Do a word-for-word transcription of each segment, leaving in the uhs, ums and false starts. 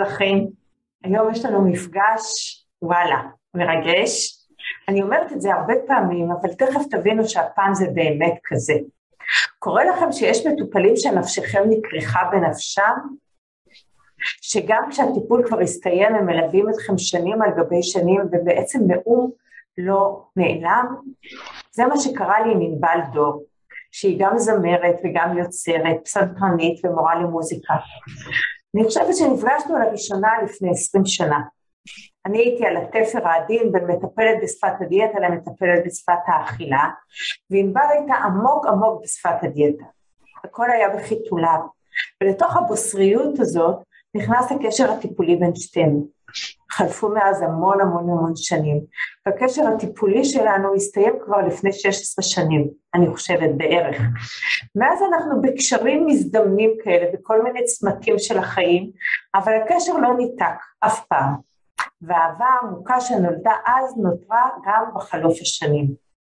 לכם? היום יש לנו מפגש, וואלה, מרגש. אני אומרת את זה הרבה פעמים, אבל תכף תבינו שהפעם זה באמת כזה. קורה לכם שיש מטופלים שנפשכם נקריחה בנפשם? שגם כשהטיפול כבר הסתיים, הם מלווים אתכם שנים על גבי שנים, ובעצם מאום לא נעלם? זה מה שקרה לי עם ענבל דור, שהיא גם זמרת וגם יוצרת, פסנתרנית ומורה למוזיקה. אני חושבת שנפגשנו לראשונה לפני עשרים שנה. אני הייתי על התפר העדין בין מטפלת בשפת הדיאטה למטפלת בשפת האכילה, וענבל הייתה עמוק עמוק בשפת הדיאטה. הכל היה בחיתוליו, ולתוך הבוסריות הזאת נכנס הקשר הטיפולי בין שתינו. חלפו מאז המון המון המון שנים, והקשר הטיפולי שלנו הסתיים כבר לפני שש עשרה שנים, אני חושבת בערך. מאז אנחנו בקשרים מזדמנים כאלה, בכל מיני צמתים של החיים, אבל הקשר לא ניתק אף פעם, והאהבה העמוקה שנולדה אז נותרה גם בחלוף השנים.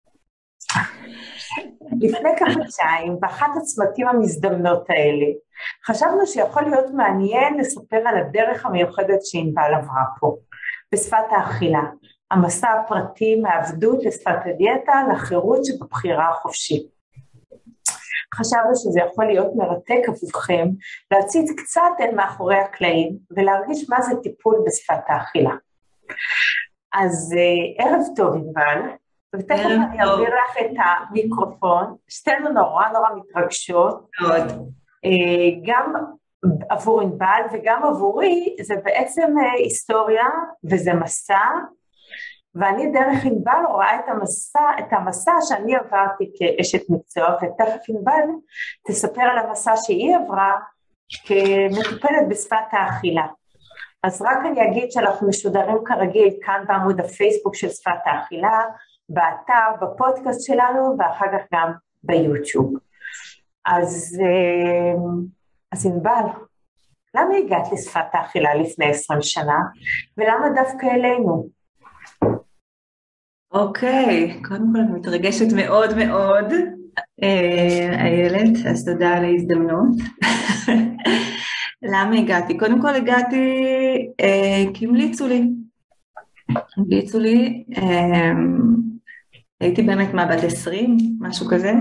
לפני כחודשיים, באחת הצמתים המזדמנות האלה, חשבנו שיכול להיות מעניין לספר על הדרך המיוחדת שענבל עברה פה, בשפת האכילה, המסע הפרטי מעבדות לשפת הדיאטה לחירות שבבחירה החופשית. חשבנו שזה יכול להיות מרתק עבורכם, להציץ קצת אל מאחורי הקלעים, ולהרגיש מה זה טיפול בשפת האכילה. אז ערב טוב ענבל, ותכף אני אעביר לך את המיקרופון, שתינו נורא נורא מתרגשות, מאוד. גם עבור ענבל וגם עבורי, זה בעצם היסטוריה וזה מסע, ואני דרך ענבל רואה את המסע, את המסע שאני עברתי כאשת מקצוע, ותכף ענבל תספר על המסע שהיא עברה כמטופלת בשפת האכילה. אז רק אני אגיד שאנחנו משודרים כרגיל כאן בעמוד הפייסבוק של שפת האכילה, באתר, בפודקאסט שלנו, ואחר כך גם ביוטיוב. אז, אז ענבל, למה הגעת לשפת האכילה לפני עשרים שנה, ולמה דווקא אלינו? אוקיי, קודם כל אני מתרגשת מאוד מאוד, איילת, אז תודה על ההזדמנות. למה הגעתי? קודם כל הגעתי כי המליצו לי, המליצו לי, הייתי באמת מה, בת עשרים, משהו כזה.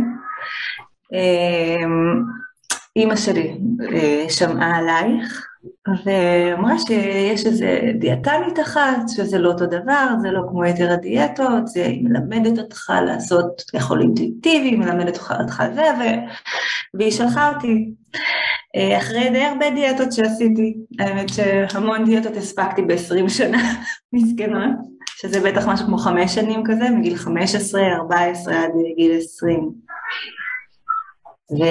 אמא שלי שמעה עלייך, ואמרה שיש איזה דיאטנית אחת, שזה לא אותו דבר, זה לא כמו יתר הדיאטות, זה היא מלמדת אותך לעשות, לאכול אינטואיטיבי, היא מלמדת אותך זה, והיא שלחה אותי. אחרי די הרבה דיאטות שעשיתי, האמת שהמון דיאטות הספקתי ב-עשרים שנה, מסכנה, שזה בטח משהו כמו חמש שנים כזה, מגיל חמש עשרה, ארבע עשרה עד גיל עשרים. ו...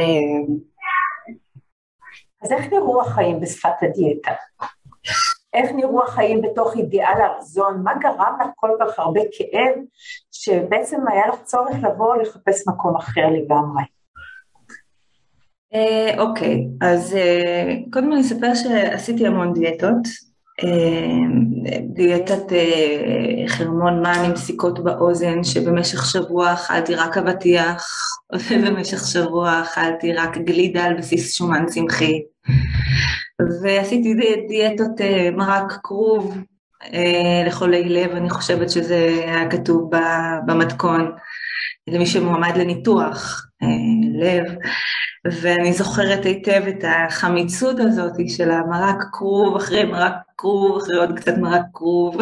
אז איך נראו החיים בשפת הדיאטה? איך נראו החיים בתוך אידיאל הרזון? מה גרם לך כל כך הרבה כאב, שבעצם היה לך צורך לבוא לחפש מקום אחר לגמרי? אוקיי, אז קודם אני אספר שעשיתי המון דיאטות, דיאטת חרמון מן עם סיכות באוזן, שבמשך שבוע אכלתי רק אבטיח, ובמשך שבוע אכלתי רק גלידה על בסיס שומן צמחי, ועשיתי דיאטות מרק כרוב לחולי לב, אני חושבת שזה היה כתוב במתכון, למי שמועמד לניתוח לב, ואני זוכרת היטב את החמיצות הזאת של המרק כרוב, אחרי מרק כרוב, אחרי עוד קצת מרק כרוב,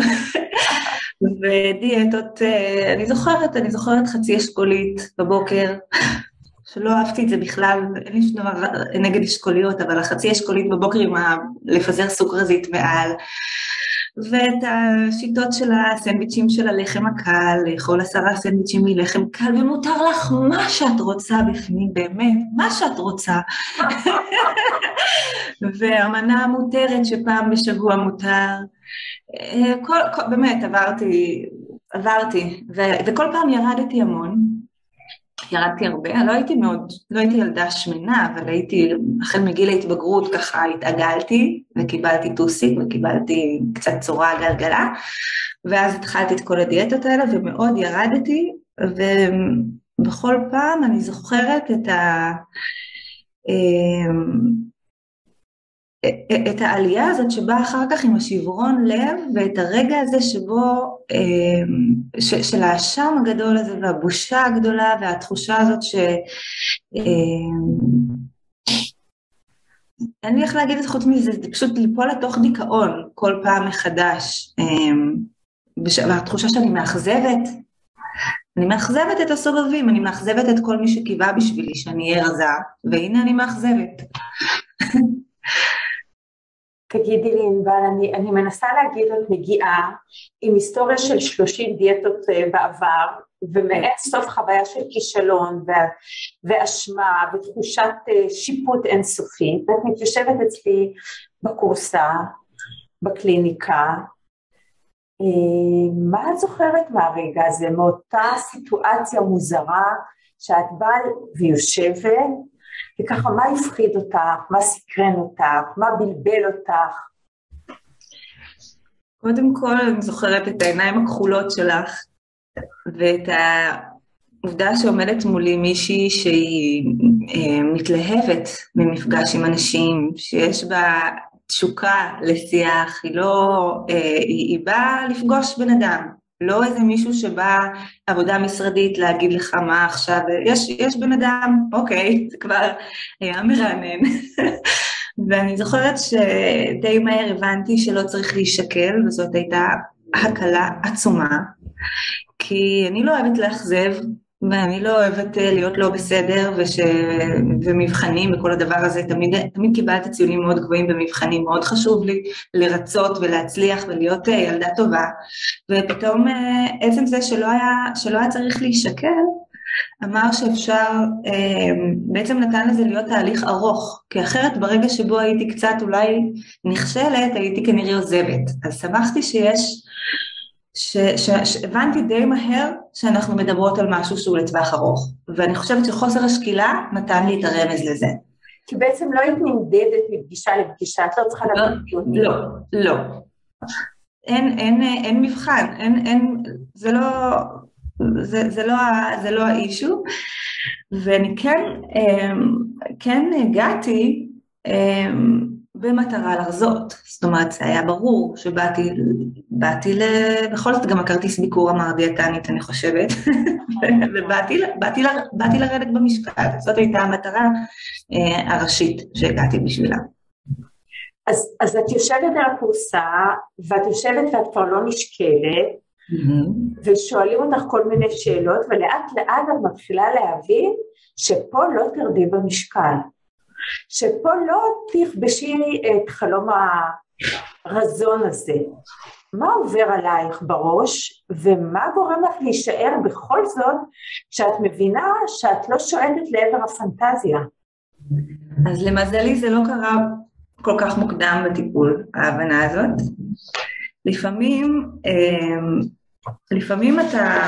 ודיאטות, אני זוכרת, אני זוכרת חצי אשכולית בבוקר, שלא אהבתי את זה בכלל, אין לי שום דבר נגד אשכוליות, אבל החצי אשכולית בבוקר עם לפזר סוכרזית מעל, ואת השיטות של הסנדוויצ'ים של הלחם הקל, לאכול עשרה סנדוויצ'ים מלחם קל, ומותר לך מה שאת רוצה בפנים, באמת, מה שאת רוצה. והמנה המותרת שפעם בשבוע מותר, כל, כל, באמת עברתי, עברתי, ו, וכל פעם ירדתי המון, ירדתי הרבה, לא הייתי מאוד, לא הייתי ילדה שמנה, אבל הייתי, אחרי מגיל ההתבגרות ככה התעגלתי, וקיבלתי טוסיק, וקיבלתי קצת צורה גלגלה, ואז התחלתי את כל הדיאטות האלה, ומאוד ירדתי, ובכל פעם אני זוכרת את ה... את העלייה הזאת שבאה אחר כך עם השברון לב, ואת הרגע הזה שבו, ש, של האשם הגדול הזה, והבושה הגדולה, והתחושה הזאת ש... אין לי איך להגיד את חוץ מזה, זה פשוט ליפול לתוך דיכאון כל פעם מחדש, והתחושה שאני מאכזבת, אני מאכזבת את הסובבים, אני מאכזבת את כל מי שקיווה בשבילי, שאני אהיה רזה, והנה אני מאכזבת. תגידי לי, ענבל, אני, אני מנסה להגיד, את מגיעה עם היסטוריה של שלושים דיאטות בעבר, ומאין סוף חוויה של כישלון, ואשמה, ותחושת שיפוט אינסופית, ואת מתיישבת אצלי בקורסה, בקליניקה, מה את זוכרת מהרגע הזה, מאותה סיטואציה מוזרה, שאת באה ויושבת, וככה מה הפחיד אותך, מה סקרן אותך, מה בלבל אותך? קודם כל אני זוכרת את העיניים הכחולות שלך, ואת העובדה שעומדת מולי מישהי שהיא אה, מתלהבת ממפגש עם אנשים, שיש בה תשוקה לשיח, היא לא, אה, היא, היא באה לפגוש בן אדם, לא איזה מישהו שבא עבודה משרדית להגיד לך מה עכשיו, יש, יש בן אדם, אוקיי, זה כבר היה מרענן. ואני זוכרת שדי מהר הבנתי שלא צריך להישקל, וזאת הייתה הקלה עצומה, כי אני לא אוהבת לאכזב, ואני לא אוהבת להיות לא בסדר, וש... ומבחנים וכל הדבר הזה, תמיד, תמיד קיבלתי ציונים מאוד גבוהים במבחנים, מאוד חשוב לי לרצות ולהצליח ולהיות ילדה טובה, ופתאום עצם זה שלא היה, שלא היה צריך להישקל, אמר שאפשר, בעצם נתן לזה להיות תהליך ארוך, כי אחרת ברגע שבו הייתי קצת אולי נכשלת, הייתי כנראה עוזבת, אז שמחתי שיש, שהבנתי די מהר שאנחנו מדברות על משהו שהוא לטווח ארוך, ואני חושבת שחוסר השקילה נתן לי את הרמז לזה. כי בעצם לא היית נמדדת מפגישה לפגישה, את לא צריכה להגיד דיונים. לא, לא. אין, אין, אין מבחן, אין, אין, זה לא, זה, זה לא, זה לא האישו, ואני כן, כן הגעתי, במטרה לרזות, זאת אומרת, זה היה ברור שבאתי, באתי ל... בכל זאת גם הכרטיס ביקור אמר דיאטנית, אני חושבת, ובאתי באתי, באתי לרדת במשקל, זאת הייתה המטרה אה, הראשית שהגעתי בשבילה. אז, אז את יושבת על הקורסה, ואת יושבת ואת כבר לא נשקלת, mm-hmm. ושואלים אותך כל מיני שאלות, ולאט לאט את מתחילה להבין שפה לא תרדי במשקל. שפה לא תכבשי את חלום הרזון הזה. מה עובר עלייך בראש, ומה גורם לך להישאר בכל זאת, שאת מבינה שאת לא שואלת לעבר הפנטזיה? אז למזלי זה לא קרה כל כך מוקדם בטיפול, ההבנה הזאת. לפעמים, לפעמים אתה...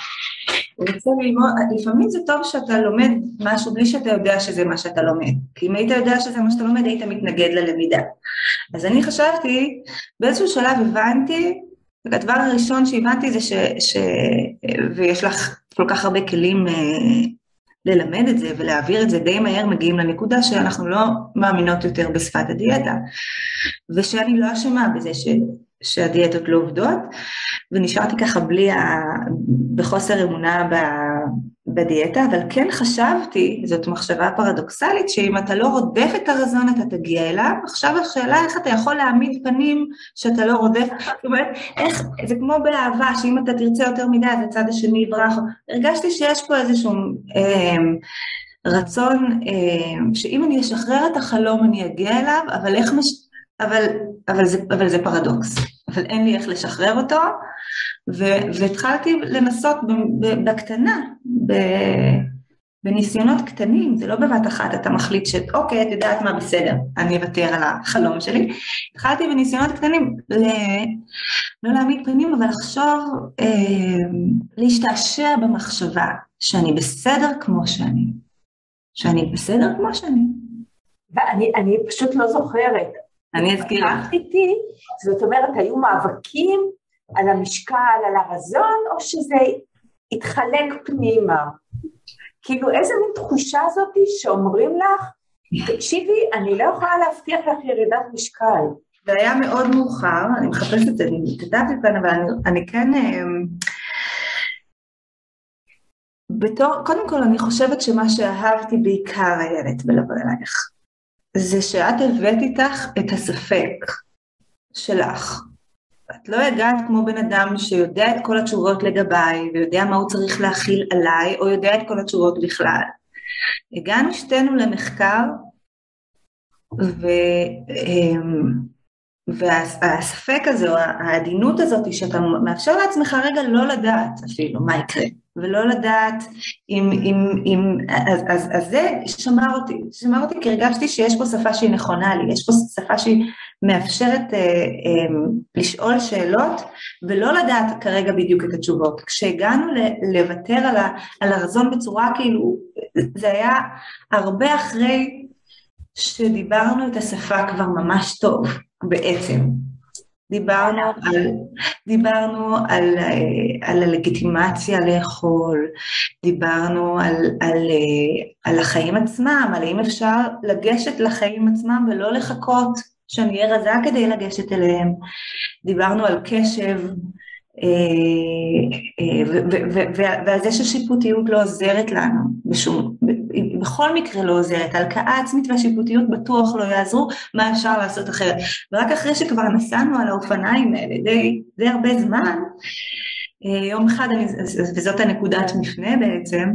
לפעמים זה טוב שאתה לומד משהו בלי שאתה יודע שזה מה שאתה לומד, כי אם היית יודע שזה מה שאתה לומד היית מתנגד ללמידה. אז אני חשבתי, באיזשהו שלב הבנתי, הדבר הראשון שהבנתי זה ש, ש... ויש לך כל כך הרבה כלים ללמד את זה ולהעביר את זה די מהר, מגיעים לנקודה שאנחנו לא מאמינות יותר בשפת הדיאטה, ושאני לא אשמה בזה ש... שהדיאטות לא עובדות, ונשארתי ככה בלי ה... בחוסר אמונה ב... בדיאטה, אבל כן חשבתי, זאת מחשבה פרדוקסלית, שאם אתה לא רודף את הרזון, אתה תגיע אליו. עכשיו השאלה איך אתה יכול להעמיד פנים שאתה לא רודף, זאת אומרת, איך, זה כמו באהבה, שאם אתה תרצה יותר מדי, אז הצד השני יברח. הרגשתי שיש פה איזשהו אה, רצון, אה, שאם אני אשחרר את החלום, אני אגיע אליו, אבל איך מש... אבל, אבל, זה, אבל זה פרדוקס, אבל אין לי איך לשחרר אותו, ו, והתחלתי לנסות בקטנה, בניסיונות קטנים, זה לא בבת אחת, אתה מחליט שאוקיי, את יודעת מה בסדר, אני אוותר על החלום שלי, התחלתי בניסיונות קטנים, ל, לא להעמיד פנים, אבל לחשוב, אה, להשתעשע במחשבה, שאני בסדר כמו שאני, שאני בסדר כמו שאני. ואני אני פשוט לא זוכרת, אני אזכיר לך. זאת אומרת, היו מאבקים על המשקל, על הרזון, או שזה התחלק פנימה? כאילו, איזה מין תחושה הזאת שאומרים לך, תקשיבי, אני לא יכולה להבטיח לך ירידת משקל. זה היה מאוד מאוחר, אני מחפשת, אני כתבתי כאן, אבל אני, אני כן, בתור, קודם כל אני חושבת שמה שאהבתי בעיקר איילת בלבוא אלייך, זה שאת הבאת איתך את הספק שלך. את לא הגעת כמו בן אדם שיודע את כל התשובות לגביי, ויודע מה הוא צריך להכיל עליי, או יודע את כל התשובות בכלל. הגענו שתינו למחקר, ו... והספק הזה, או העדינות הזאת, שאתה מאפשר לעצמך רגע לא לדעת אפילו מה יקרה, ולא לדעת אם, אם, אם, אז, אז, אז זה שמר אותי, שמר אותי כי הרגשתי שיש פה שפה שהיא נכונה לי, יש פה שפה שהיא מאפשרת אה, אה, לשאול שאלות, ולא לדעת כרגע בדיוק את התשובות. כשהגענו לוותר על, ה, על הרזון בצורה כאילו, זה היה הרבה אחרי שדיברנו את השפה כבר ממש טוב, בעצם. דיברנו על, דיברנו על, על הלגיטימציה לאכול, דיברנו על, על, על החיים עצמם, על אם אפשר לגשת לחיים עצמם ולא לחכות שאני אהיה רזה כדי לגשת אליהם. דיברנו על קשב, ועל זה ששיפוטיות לא עוזרת לנו, בשום, בכל מקרה לא עוזרת, הלקאה עצמית והשיפוטיות בטוח לא יעזרו, מה אפשר לעשות אחרת. ורק אחרי שכבר נסענו על האופניים האלה, די, די הרבה זמן, יום אחד, וזאת הנקודת מפנה בעצם,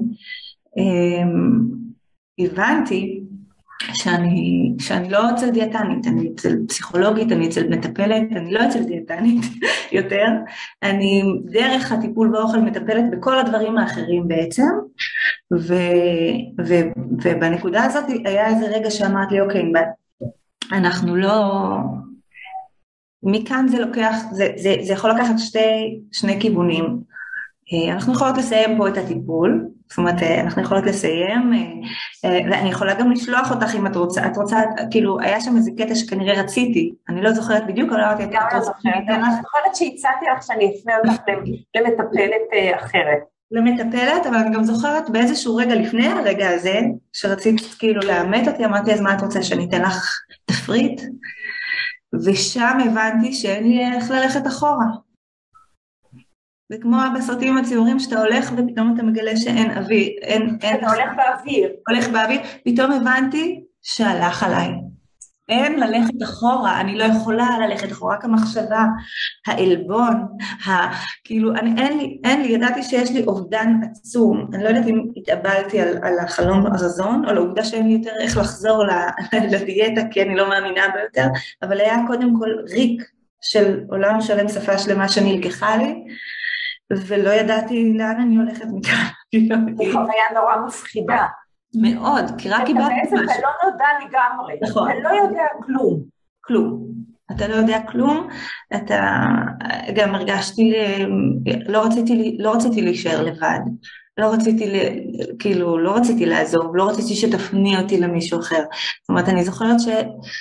הבנתי שאני, שאני לא אצל דיאטנית, אני אצל פסיכולוגית, אני אצל מטפלת, אני לא אצל דיאטנית יותר, אני דרך הטיפול באוכל מטפלת בכל הדברים האחרים בעצם, ו, ו, ובנקודה הזאת היה איזה רגע שאמרת לי, אוקיי, אנחנו לא, מכאן זה לוקח, זה, זה, זה יכול לקחת שתי, שני כיוונים, אנחנו יכולות לסיים פה את הטיפול, זאת אומרת, אנחנו יכולות לסיים, ואני יכולה גם לשלוח אותך אם את רוצה, את רוצה, כאילו, היה שם איזה קטע שכנראה רציתי, אני לא זוכרת בדיוק, אבל אמרתי, גם לא זוכרת, אני זוכרת שהצעתי לך שאני אפנה אותך למטפלת אחרת. למטפלת, אבל אני גם זוכרת באיזשהו רגע לפני הרגע הזה, שרצית כאילו לאמת אותי, אמרתי, אז מה את רוצה, שאני אתן לך תפריט? ושם הבנתי שאין לי איך ללכת אחורה. זה כמו בסרטים הציורים שאתה הולך ופתאום אתה מגלה שאין אוויר, אין, אין... אתה הולך באוויר. הולך באוויר, פתאום הבנתי שהלך עליי. אין ללכת אחורה, אני לא יכולה ללכת אחורה, רק המחשבה, העלבון, ה... כאילו, אני, אין לי, אין לי, ידעתי שיש לי אובדן עצום, אני לא יודעת אם התאבלתי על, על החלום הרזון, או לעובדה שאין לי יותר איך לחזור לדיאטה, כי אני לא מאמינה ביותר, אבל היה קודם כל ריק של עולם שלם, שפה שלמה שנלקחה לי, ולא ידעתי לאן אני הולכת מכאן. זו חוויה נורא מפחידה. מאוד, כי רק קיבלתי משהו. אתה בעצם לא נודע לגמרי, נכון. אתה לא יודע כלום. כלום. אתה לא יודע כלום, אתה גם הרגשתי, לא רציתי, לא רציתי להישאר לבד, לא רציתי, כאילו, לא רציתי לעזוב, לא רציתי שתפני אותי למישהו אחר. זאת אומרת, אני זוכרת ש...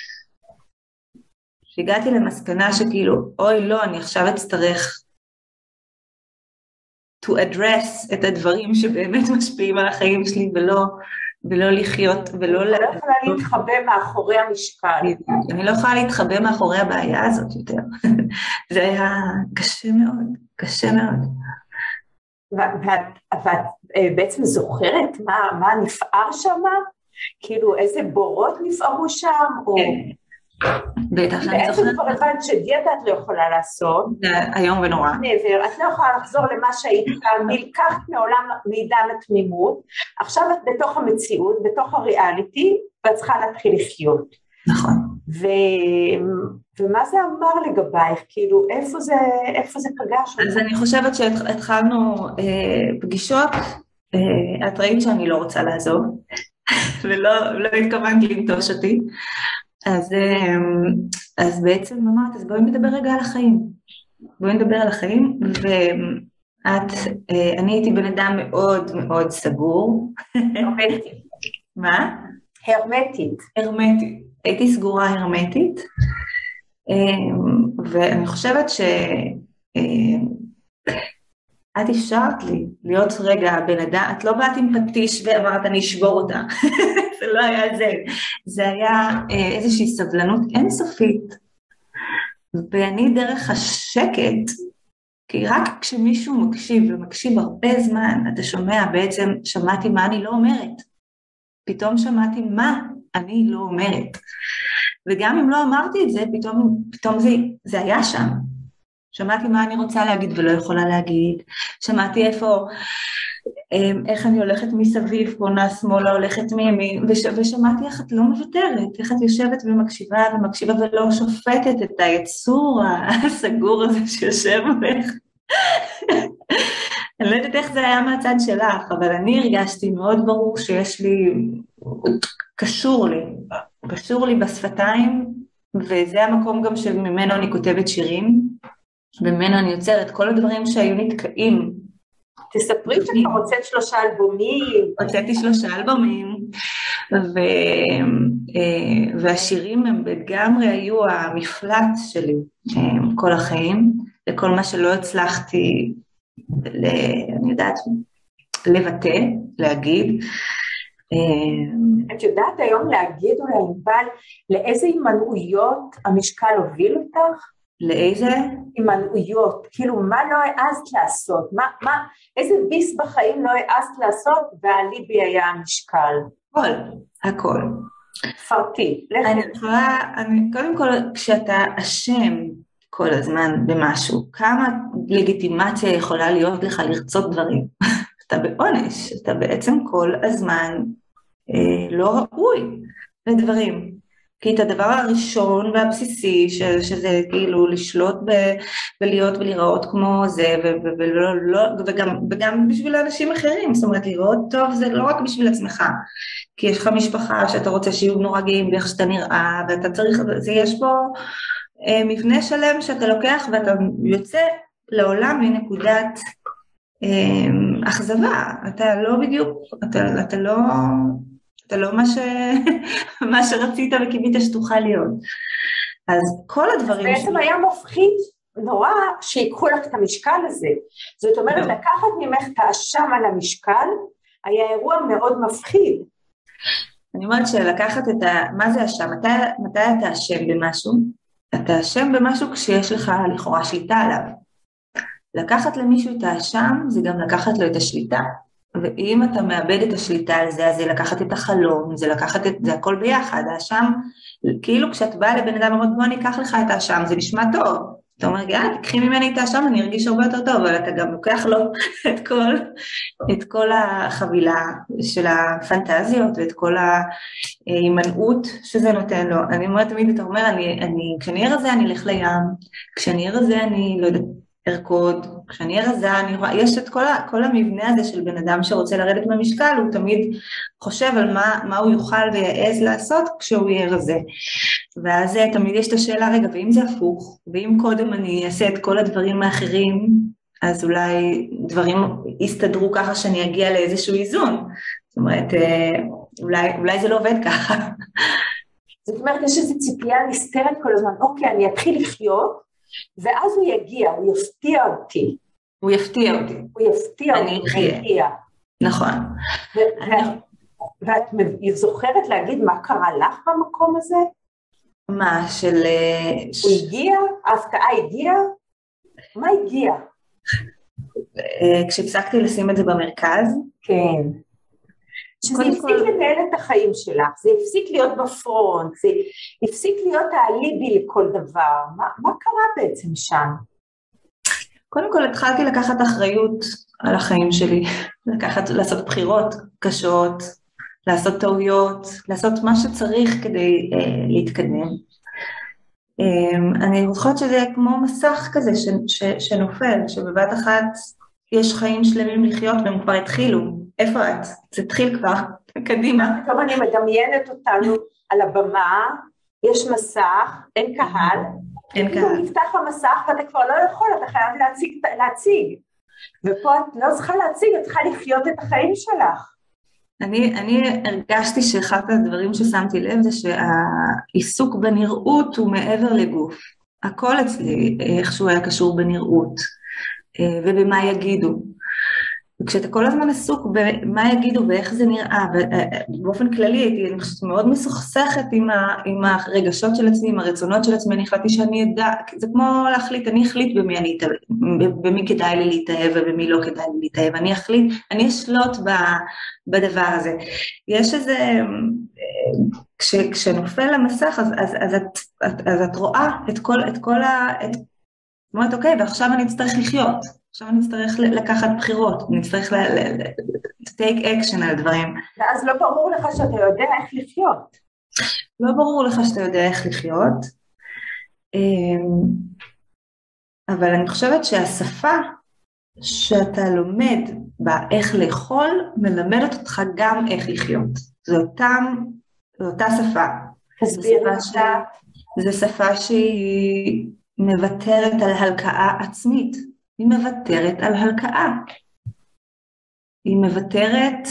שהגעתי למסקנה שכאילו, אוי לא, אני עכשיו אצטרך to address את הדברים שבאמת משפיעים על החיים שלי, ולא, ולא לחיות, ולא... אני לא יכולה להתחבא מאחורי המשקל. אני לא יכולה להתחבא מאחורי הבעיה הזאת יותר. זה היה קשה מאוד, קשה מאוד. ואת בעצם זוכרת מה נפער שם? כאילו איזה בורות נפערו שם? בטח שאני זוכרת. בעצם כבר הבנת שדיאטה את לא יכולה לעשות. זה היום ונורא. נעבר, את לא יכולה לחזור למה שהיית כאן, נלקחת מעולם מעידן התמימות, עכשיו את בתוך המציאות, בתוך הריאליטי, ואת צריכה להתחיל לחיות. נכון. ומה זה אמר לגבייך? כאילו, איפה זה, איפה זה פגש? אז אני חושבת שהתחלנו פגישות, את ראית שאני לא רוצה לעזוב, ולא התכוונתי לנטוש אותי. אז, אז בעצם אמרת, אז בואי נדבר רגע על החיים. בואי נדבר על החיים, ואת, אני הייתי בן אדם מאוד מאוד סגור. הרמטית. מה? הרמטית. הרמטית. הייתי סגורה הרמטית, ואני חושבת ש... את אפשרת לי להיות רגע בן אדם, את לא באת עם פטיש ואמרת אני אשבור אותה. זה לא היה זה, זה היה איזושהי סבלנות אינסופית, ואני דרך השקט, כי רק כשמישהו מקשיב, ומקשיב הרבה זמן, אתה שומע בעצם, שמעתי מה אני לא אומרת, פתאום שמעתי מה אני לא אומרת, וגם אם לא אמרתי את זה, פתאום, פתאום זה, זה היה שם, שמעתי מה אני רוצה להגיד ולא יכולה להגיד, שמעתי איפה, איך אני הולכת מסביב, פונה שמאלה, הולכת מימין, וש, ושמעתי איך את לא מוותרת, איך את יושבת ומקשיבה ומקשיבה ולא שופטת את היצור הסגור הזה שיושב בך. אני לא יודעת איך זה היה מהצד שלך, אבל אני הרגשתי מאוד ברור שיש לי, קשור לי, קשור לי בשפתיים, וזה המקום גם שממנו אני כותבת שירים, ממנו אני יוצרת כל הדברים שהיו נתקעים. תספרי שאתה הוצאת שלושה אלבומים. הוצאתי שלושה אלבומים, ו... והשירים הם לגמרי היו המפלט שלי, כל החיים, לכל מה שלא הצלחתי, ל... אני יודעת, לבטא, להגיד. את יודעת היום להגיד אולי ענבל, לאיזה הימנעויות המשקל הוביל אותך? לאיזה? הימנעויות, כאילו מה לא העזת לעשות, מה, מה, איזה ביס בחיים לא העזת לעשות, והליבי היה המשקל. הכל, הכל. פרטי, לכי. אני יכולה, אני, קודם כל, כשאתה אשם כל הזמן במשהו, כמה לגיטימציה יכולה להיות לך לרצות דברים? אתה בעונש, אתה בעצם כל הזמן אה, לא ראוי לדברים. כי את הדבר הראשון והבסיסי, ש, שזה כאילו לשלוט ב, ולהיות ולראות כמו זה, ו, ו, ולא, לא, וגם, וגם בשביל אנשים אחרים, זאת אומרת, לראות טוב זה לא רק בשביל עצמך, כי יש לך משפחה שאתה רוצה שיהיו נורא גאים באיך שאתה נראה, ואתה צריך, זה יש פה אה, מבנה שלם שאתה לוקח, ואתה יוצא לעולם מנקודת אה, אכזבה, אתה לא בדיוק, אתה, אתה לא... אתה לא מה, ש... מה שרצית וקיווית שתוכל להיות. אז כל הדברים... בעצם שלי... היה מפחיד נורא שיקחו לך את המשקל הזה. זאת אומרת, לקחת ממך את האשם על המשקל, היה אירוע מאוד מפחיד. אני אומרת שלקחת את ה... מה זה אשם? מתי, מתי אתה אשם במשהו? אתה אשם במשהו כשיש לך לכאורה שליטה עליו. לקחת למישהו את האשם, זה גם לקחת לו את השליטה. ואם אתה מאבד את השליטה על זה, אז זה לקחת את החלום, זה לקחת את זה הכל ביחד, האשם, כאילו כשאת באה לבן אדם ואומרת, בוא אני אקח לך את האשם, זה נשמע טוב, אתה אומר, יאללה, תקחי ממני את האשם, אני ארגיש הרבה יותר טוב, אבל אתה גם לוקח לו את כל, את כל החבילה של הפנטזיות, ואת כל ההימנעות שזה נותן לו. אני אומרת תמיד, אתה אומר, אני, אני, כשאני ארזה אני אלך לים, כשאני ארזה אני לא יודעת, ארקוד, כשאני ארזה, אני רואה, יש את כל, ה, כל המבנה הזה של בן אדם שרוצה לרדת במשקל, הוא תמיד חושב על מה, מה הוא יוכל ויעז לעשות כשהוא יהיה רזה. ואז תמיד יש את השאלה, רגע, ואם זה הפוך, ואם קודם אני אעשה את כל הדברים האחרים, אז אולי דברים יסתדרו ככה שאני אגיע לאיזשהו איזון. זאת אומרת, אולי, אולי זה לא עובד ככה. זאת אומרת, יש איזו ציפייה נסתרת כל הזמן, אוקיי, אני אתחיל לחיות, ואז הוא יגיע, הוא יפתיע אותי. הוא יפתיע אותי. הוא יפתיע אותי, הוא יגיע. נכון. ואת זוכרת להגיד מה קרה לך במקום הזה? מה, של... הוא הגיע? ההפתעה הגיעה? מה הגיע? כשהפסקתי לשים את זה במרכז? כן. שזה הפסיק לנהל את החיים שלך, זה הפסיק להיות בפרונט, זה הפסיק להיות האליבי לכל דבר. מה, מה קרה בעצם שם? קודם כל התחלתי לקחת אחריות על החיים שלי, לקחת, לעשות בחירות קשות, לעשות טעויות, לעשות מה שצריך כדי אה, להתקדם. אה, אני חושבת שזה כמו מסך כזה ש, ש, שנופל, שבבת אחת יש חיים שלמים לחיות והם כבר התחילו. איפה את? זה התחיל כבר, קדימה. טוב, אני מדמיינת אותנו על הבמה, יש מסך, אין קהל, אין קהל. נפתח המסך ואתה כבר לא יכול, אתה חייב להציג, להציג. ופה את לא צריכה להציג, את צריכה לחיות את החיים שלך. אני, אני הרגשתי שאחד הדברים ששמתי לב זה שהעיסוק בנראות הוא מעבר לגוף. הכל אצלי איכשהו היה קשור בנראות, ובמה יגידו. וכשאתה כל הזמן עסוק במה יגידו ואיך זה נראה, ובאופן כללי הייתי, אני חושבת מאוד מסוכסכת עם, ה, עם הרגשות של עצמי, עם הרצונות של עצמי, אני החלטתי שאני אדע, זה כמו להחליט, אני אחליט במי, אני, במי כדאי לי להתאהב ובמי לא כדאי לי להתאהב, אני אחליט, אני אשלוט ב, בדבר הזה. יש איזה, כש, כשנופל למסך, אז, אז, אז, את, אז, אז את רואה את כל, את כל ה... את, אומרת, אוקיי, ועכשיו אני אצטרך לחיות. עכשיו אני אצטרך לקחת בחירות, אני אצטרך take action על דברים. ואז לא ברור לך שאתה יודע איך לחיות. לא ברור לך שאתה יודע איך לחיות, אבל אני חושבת שהשפה שאתה לומד בה איך לאכול, מלמדת אותך גם איך לחיות. זו אותם, זו אותה שפה. תסביר אותה. זו שפה שהיא מוותרת על הלקאה עצמית. היא מוותרת על הלקאה. היא מוותרת,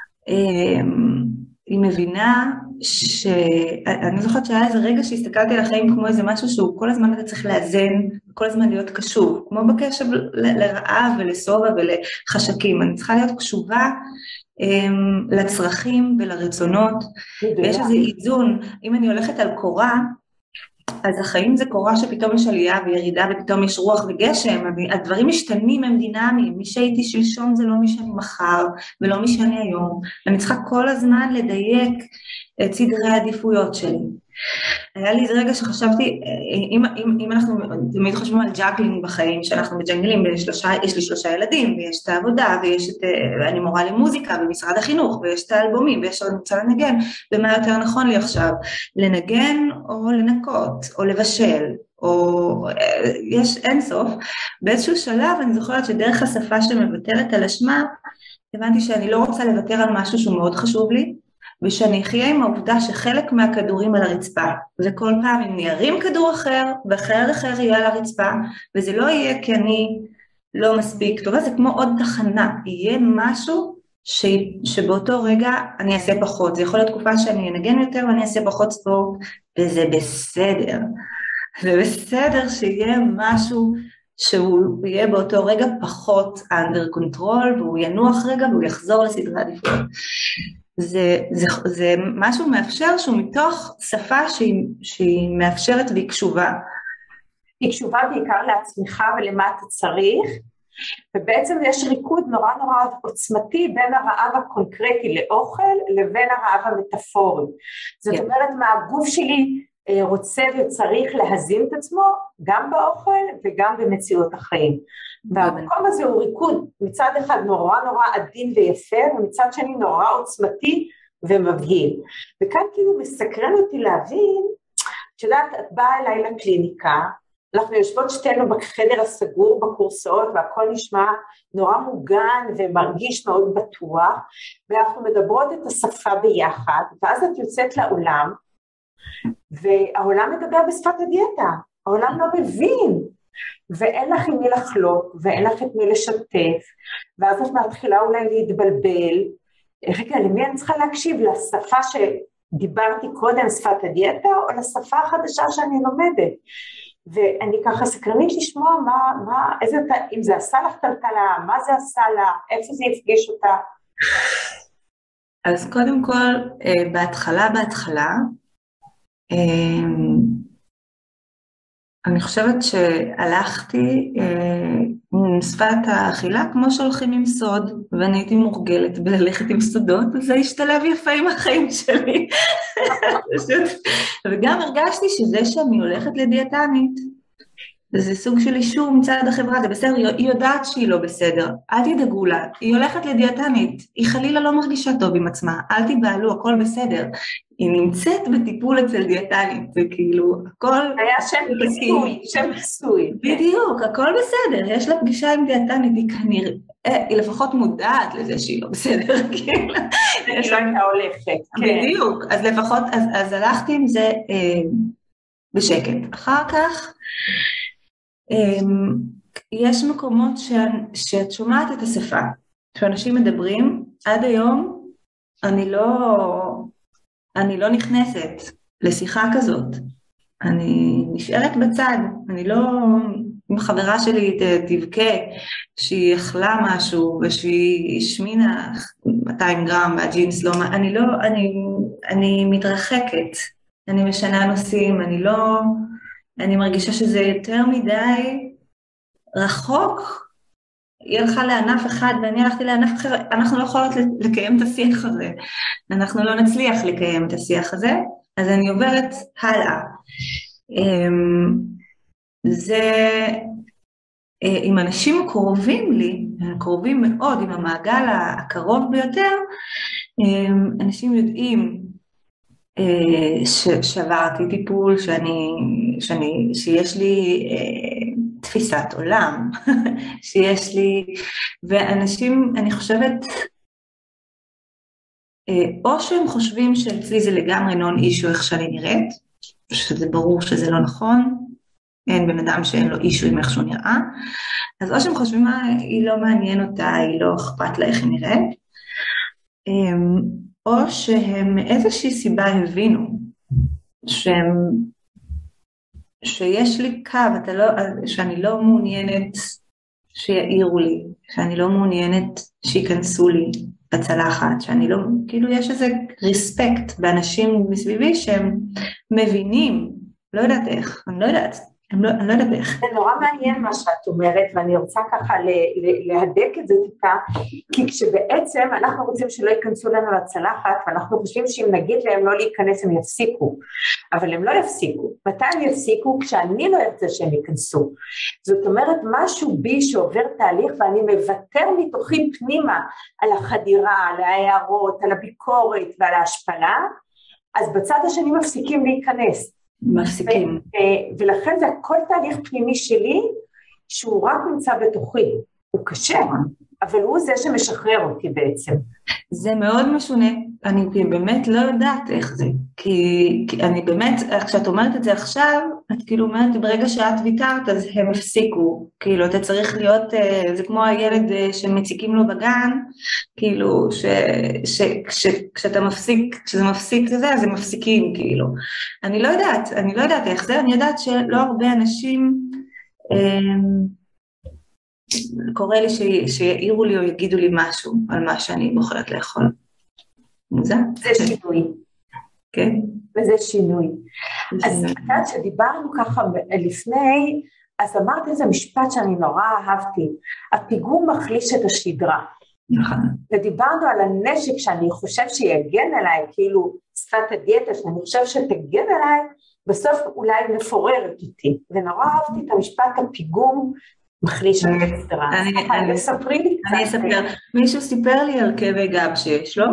היא מבינה ש... אני זוכרת שהיה איזה רגע שהסתכלתי על החיים כמו איזה משהו שהוא כל הזמן אתה צריך לאזן, כל הזמן להיות קשוב, כמו בקשב לרעב ולסובה ולחשקים. אני צריכה להיות קשובה לצרכים ולרצונות, ויש איזה איזון. אם אני הולכת על קורה, אז החיים זה קורה שפתאום יש עלייה וירידה ופתאום יש רוח וגשם, הדברים משתנים, הם דינמיים, מי שהייתי שלשום זה לא מי שאני מחר ולא מי שאני היום, אני צריכה כל הזמן לדייק את סדרי העדיפויות שלי. היה לי איזה רגע שחשבתי, אם, אם, אם אנחנו תמיד חושבים על ג'אקלינג בחיים, שאנחנו מג'נגלים, שלושה, יש לי שלושה ילדים, ויש את העבודה, ויש את, אני מורה למוזיקה במשרד החינוך, ויש את האלבומים, ויש עוד מצא לנגן, ומה יותר נכון לי עכשיו, לנגן או לנקות, או לבשל, או יש אינסוף, באיזשהו שלב אני זוכרת שדרך השפה שמוותרת על אשמה, הבנתי שאני לא רוצה לוותר על משהו שהוא מאוד חשוב לי, ושאני אחיה עם העובדה שחלק מהכדורים על הרצפה, וכל פעם אם נערים כדור אחר, ואחר אחר יהיה על הרצפה, וזה לא יהיה כי אני לא מספיק טובה, זה כמו עוד תחנה, יהיה משהו ש... שבאותו רגע אני אעשה פחות, זה יכול להיות תקופה שאני אנגן יותר ואני אעשה פחות ספורט, וזה בסדר, זה בסדר שיהיה משהו שהוא יהיה באותו רגע פחות under control, והוא ינוח רגע והוא יחזור לסדרי עדיפויות. זה, זה, זה משהו מאפשר שהוא מתוך שפה שהיא, שהיא מאפשרת והיא קשובה. היא קשובה בעיקר לעצמך ולמה אתה צריך, ובעצם יש ריקוד נורא נורא עוצמתי בין הרעב הקונקרטי לאוכל לבין הרעב המטאפורי. זאת yeah. אומרת, מה הגוף שלי רוצה וצריך להזין את עצמו גם באוכל וגם במציאות החיים. והמקום הזה הוא ריקוד מצד אחד נורא נורא עדין ויפה, ומצד שני נורא עוצמתי ומבהיל. וכאן כאילו מסקרן אותי להבין, שדעת, את באה אליי לקליניקה, אנחנו יושבות שתינו בחדר הסגור בקורסאות, והכל נשמע נורא מוגן ומרגיש מאוד בטוח, ואנחנו מדברות את השפה ביחד, ואז את יוצאת לעולם, והעולם מדבר בשפת הדיאטה, העולם לא מבין, ואין לך עם מי לחלוק, ואין לך את מי לשתף, ואז את מתחילה אולי להתבלבל, רגע, למי אני צריכה להקשיב? לשפה שדיברתי קודם, שפת הדיאטה, או לשפה החדשה שאני לומדת? ואני ככה סקרנית לשמוע מה, מה, איזה, אם זה עשה לך טלטלה, מה זה עשה לה, איפה זה הפגיש אותה? אז קודם כל, בהתחלה, בהתחלה, אני חושבת שהלכתי עם שפת האכילה כמו שהולכים עם סוד, ואני הייתי מורגלת בללכת עם סודות, וזה השתלב יפה עם החיים שלי. וגם הרגשתי שזה שאני הולכת לדיאטנית, זה סוג של אישור מצד החברה, זה בסדר, היא יודעת שהיא לא בסדר, אל תדאגו לה, היא הולכת לדיאטנית, היא חלילה לא מרגישה טוב עם עצמה, אל תיבהלו, הכל בסדר, היא נמצאת בטיפול אצל דיאטנית, זה כאילו, הכל... היה שם חסוי, שם חסוי. בדיוק, הכל בסדר, יש לה פגישה עם דיאטנית, היא כנראה, היא לפחות מודעת לזה שהיא לא בסדר, כאילו. היא לא הייתה הולכת. בדיוק, אז לפחות, אז הלכתי עם זה בשקט. אחר כך, יש מקומות שאת שומעת את השפה, שאנשים מדברים, עד היום אני לא, אני לא נכנסת לשיחה כזאת, אני נשארת בצד, אני לא אם החברה שלי תבכה שהיא אכלה משהו ושהיא השמינה מאתיים גרם והג'ינס לא, אני לא, אני, אני מתרחקת, אני משנה נושאים, אני לא, אני מרגישה שזה יותר מדי רחוק, היא הלכה לענף אחד ואני הלכתי לענף אחר, אנחנו לא יכולות לקיים את השיח הזה, אנחנו לא נצליח לקיים את השיח הזה, אז אני עוברת הלאה. זה, עם אנשים קרובים לי, קרובים מאוד, עם המעגל הקרוב ביותר, אנשים יודעים שעברתי טיפול, שאני, שאני, שיש לי תפיסת עולם, שיש לי, ואנשים, אני חושבת, או שהם חושבים שאצלי זה לגמרי נון אישו איך שאני נראית, שזה ברור שזה לא נכון, אין בן אדם שאין לו אישו עם איך שהוא נראה, אז או שהם חושבים מה, היא לא מעניין אותה, היא לא אכפת לה איך היא נראית, או שהם מאיזושהי סיבה הבינו, שהם, שיש לי קו, אתה לא, שאני לא מעוניינת שיעירו לי, שאני לא מעוניינת שיכנסו לי בצלחת, שאני לא, כאילו יש איזה ריספקט באנשים מסביבי שהם מבינים, לא יודעת איך, אני לא יודעת, אני לא, אני לא יודעת איך. זה נורא מעניין מה שאת אומרת, ואני רוצה ככה להדק את זה טיפה, כי כשבעצם אנחנו רוצים שלא ייכנסו לנו לצלחת, ואנחנו חושבים שאם נגיד להם לא להיכנס הם יפסיקו, אבל הם לא יפסיקו. מתי הם יפסיקו? כשאני לא ארצה שהם ייכנסו. זאת אומרת, משהו בי שעובר תהליך, ואני מוותר מתוכי פנימה על החדירה, על ההערות, על הביקורת ועל ההשפלה, אז בצד השני מפסיקים להיכנס. מפסיקים. ולכן זה הכל תהליך פנימי שלי, שהוא רק נמצא בתוכי, הוא קשה, אבל הוא זה שמשחרר אותי בעצם. זה מאוד משונה, אני באמת לא יודעת איך זה, כי, כי אני באמת, כשאת אומרת את זה עכשיו, את כאילו אומרת, ברגע שאת ויתרת, אז הם הפסיקו, כאילו, אתה צריך להיות, זה כמו הילד שמציקים לו בגן, כאילו, ש, ש, ש, כשאתה מפסיק, כשזה מפסיק זה, אז הם מפסיקים, כאילו. אני לא יודעת, אני לא יודעת איך זה, אני יודעת שלא הרבה אנשים, קורא לי שיעירו לי או יגידו לי משהו על מה שאני בוחרת לאכול. מוזר? זה שינוי. כן. וזה שינוי. אז כאן שדיברנו ככה לפני, אז אמרת איזה משפט שאני נורא אהבתי, הפיגום מחליש את השדרה. נכון. ודיברנו על הנשק שאני חושב שיגן עליי, כאילו שפת הדיאטה שאני חושב שתגן עליי, בסוף אולי מפוררת אותי. ונורא אהבתי את המשפט הפיגום, מחליש את הסדרה. אני אספרי לי קצת. אני אספר. מישהו סיפר לי על כאבי גב שיש לו,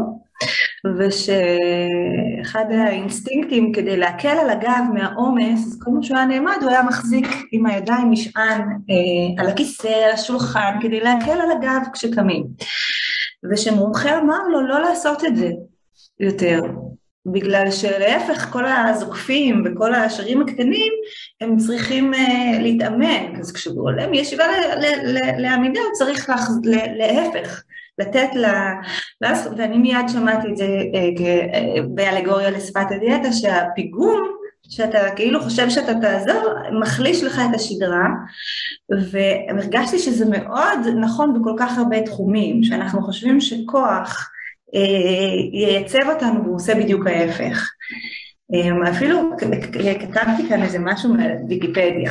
ושאחד האינסטינקטים כדי להקל על הגב מהעומס, אז כל מה שהוא היה נעמד, הוא היה מחזיק עם הידיים משען על הכיסא, על השולחן, כדי להקל על הגב כשקמים. ושמומחה אמר לו לא לעשות את זה יותר. בגלל שלהפך כל הזוקפים וכל השרירים הקטנים הם צריכים uh, להתאמן, אז כשהוא עולה מישיבה לעמידה הוא צריך להפך, להפך, לתת לה, ואני מיד שמעתי את זה uh, באלגוריה לשפת הדיאטה, שהפיגום שאתה כאילו חושב שאתה תעזור, מחליש לך את השדרה, והרגשתי שזה מאוד נכון בכל כך הרבה תחומים, שאנחנו חושבים שכוח, ייצב אותנו והוא עושה בדיוק ההפך. אפילו כתבתי כאן איזה משהו מוויקיפדיה.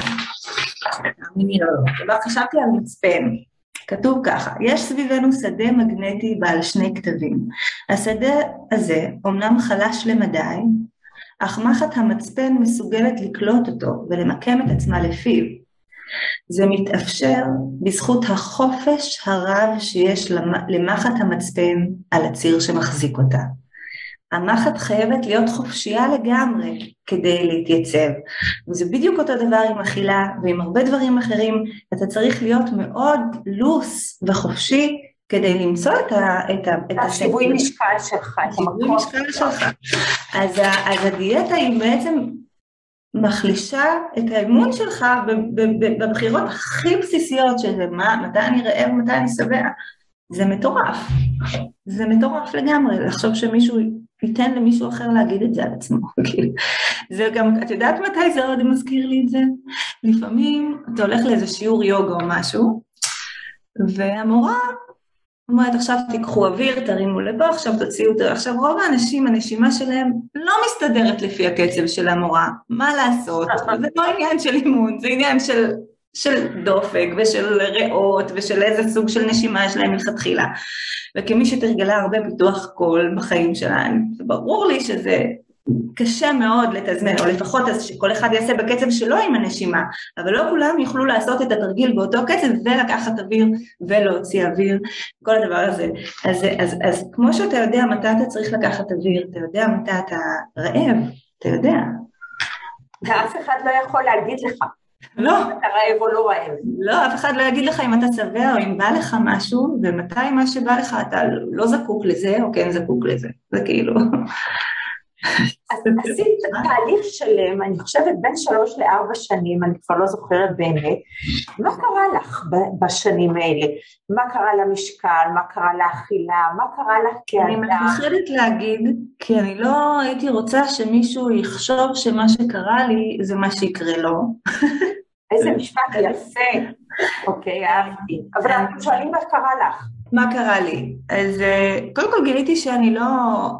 כבר חשבתי על מצפן. כתוב ככה, יש סביבנו שדה מגנטי בעל שני כתבים. השדה הזה אומנם חלש למדי, אך מחט המצפן מסוגלת לקלוט אותו ולמקם את עצמה לפיו. זה מתאפשר בזכות החופש הרב שיש למחט המצפן על הציר שמחזיק אותה. המחט חייבת להיות חופשייה לגמרי כדי להתייצב. וזה בדיוק אותו דבר עם אכילה ועם הרבה דברים אחרים, אתה צריך להיות מאוד לוס וחופשי כדי למצוא את ה... את השיווי משקל שלך. השיווי משקל שלך. אז הדיאטה היא בעצם מחלישה את האמון שלך בבחירות הכי בסיסיות שזה מה, מתי אני רעב, מתי אני שבע. זה מטורף. זה מטורף לגמרי, לחשוב שמישהו ייתן למישהו אחר להגיד את זה על עצמו. זה גם, את יודעת מתי זה עוד מזכיר לי את זה? לפעמים אתה הולך לאיזה שיעור יוגה או משהו, והמורה אומרת, עכשיו תיקחו אוויר, תרימו לפה, עכשיו תוציאו אותו. עכשיו רוב האנשים, הנשימה שלהם לא מסתדרת לפי הקצב של המורה. מה לעשות? זה לא עניין של אימון, זה עניין של, של דופק ושל ריאות ושל איזה סוג של נשימה יש להם מלכתחילה. וכמי שתרגלה הרבה פיתוח קול בחיים שלהם, זה ברור לי שזה קשה מאוד לתזמן, או לפחות אז שכל אחד יעשה בקצב שלו עם הנשימה, אבל לא כולם יוכלו לעשות את התרגיל באותו קצב ולקחת אוויר ולהוציא אוויר, כל הדבר הזה. אז, אז, אז כמו שאתה יודע מתי אתה צריך לקחת אוויר, אתה יודע מתי אתה רעב, אתה יודע. ואף אחד לא יכול להגיד לך. לא. אתה רעב או לא רעב. לא, אף אחד לא יגיד לך אם אתה שבע או אם בא לך משהו, ומתי מה שבא לך אתה לא זקוק לזה או כן זקוק לזה. זה כאילו... אז עשית תהליך שלם, אני חושבת בין שלוש לארבע שנים, אני כבר לא זוכרת באמת, מה קרה לך בשנים האלה? מה קרה למשקל, מה קרה לאכילה, מה קרה לך כאדם? אני מפחדת להגיד, כי אני לא הייתי רוצה שמישהו יחשוב שמה שקרה לי זה מה שיקרה לו. איזה משפט יפה. אוקיי, אהבתי. אבל אנחנו שואלים מה קרה לך. מה קרה לי? אז קודם כל גיליתי שאני לא...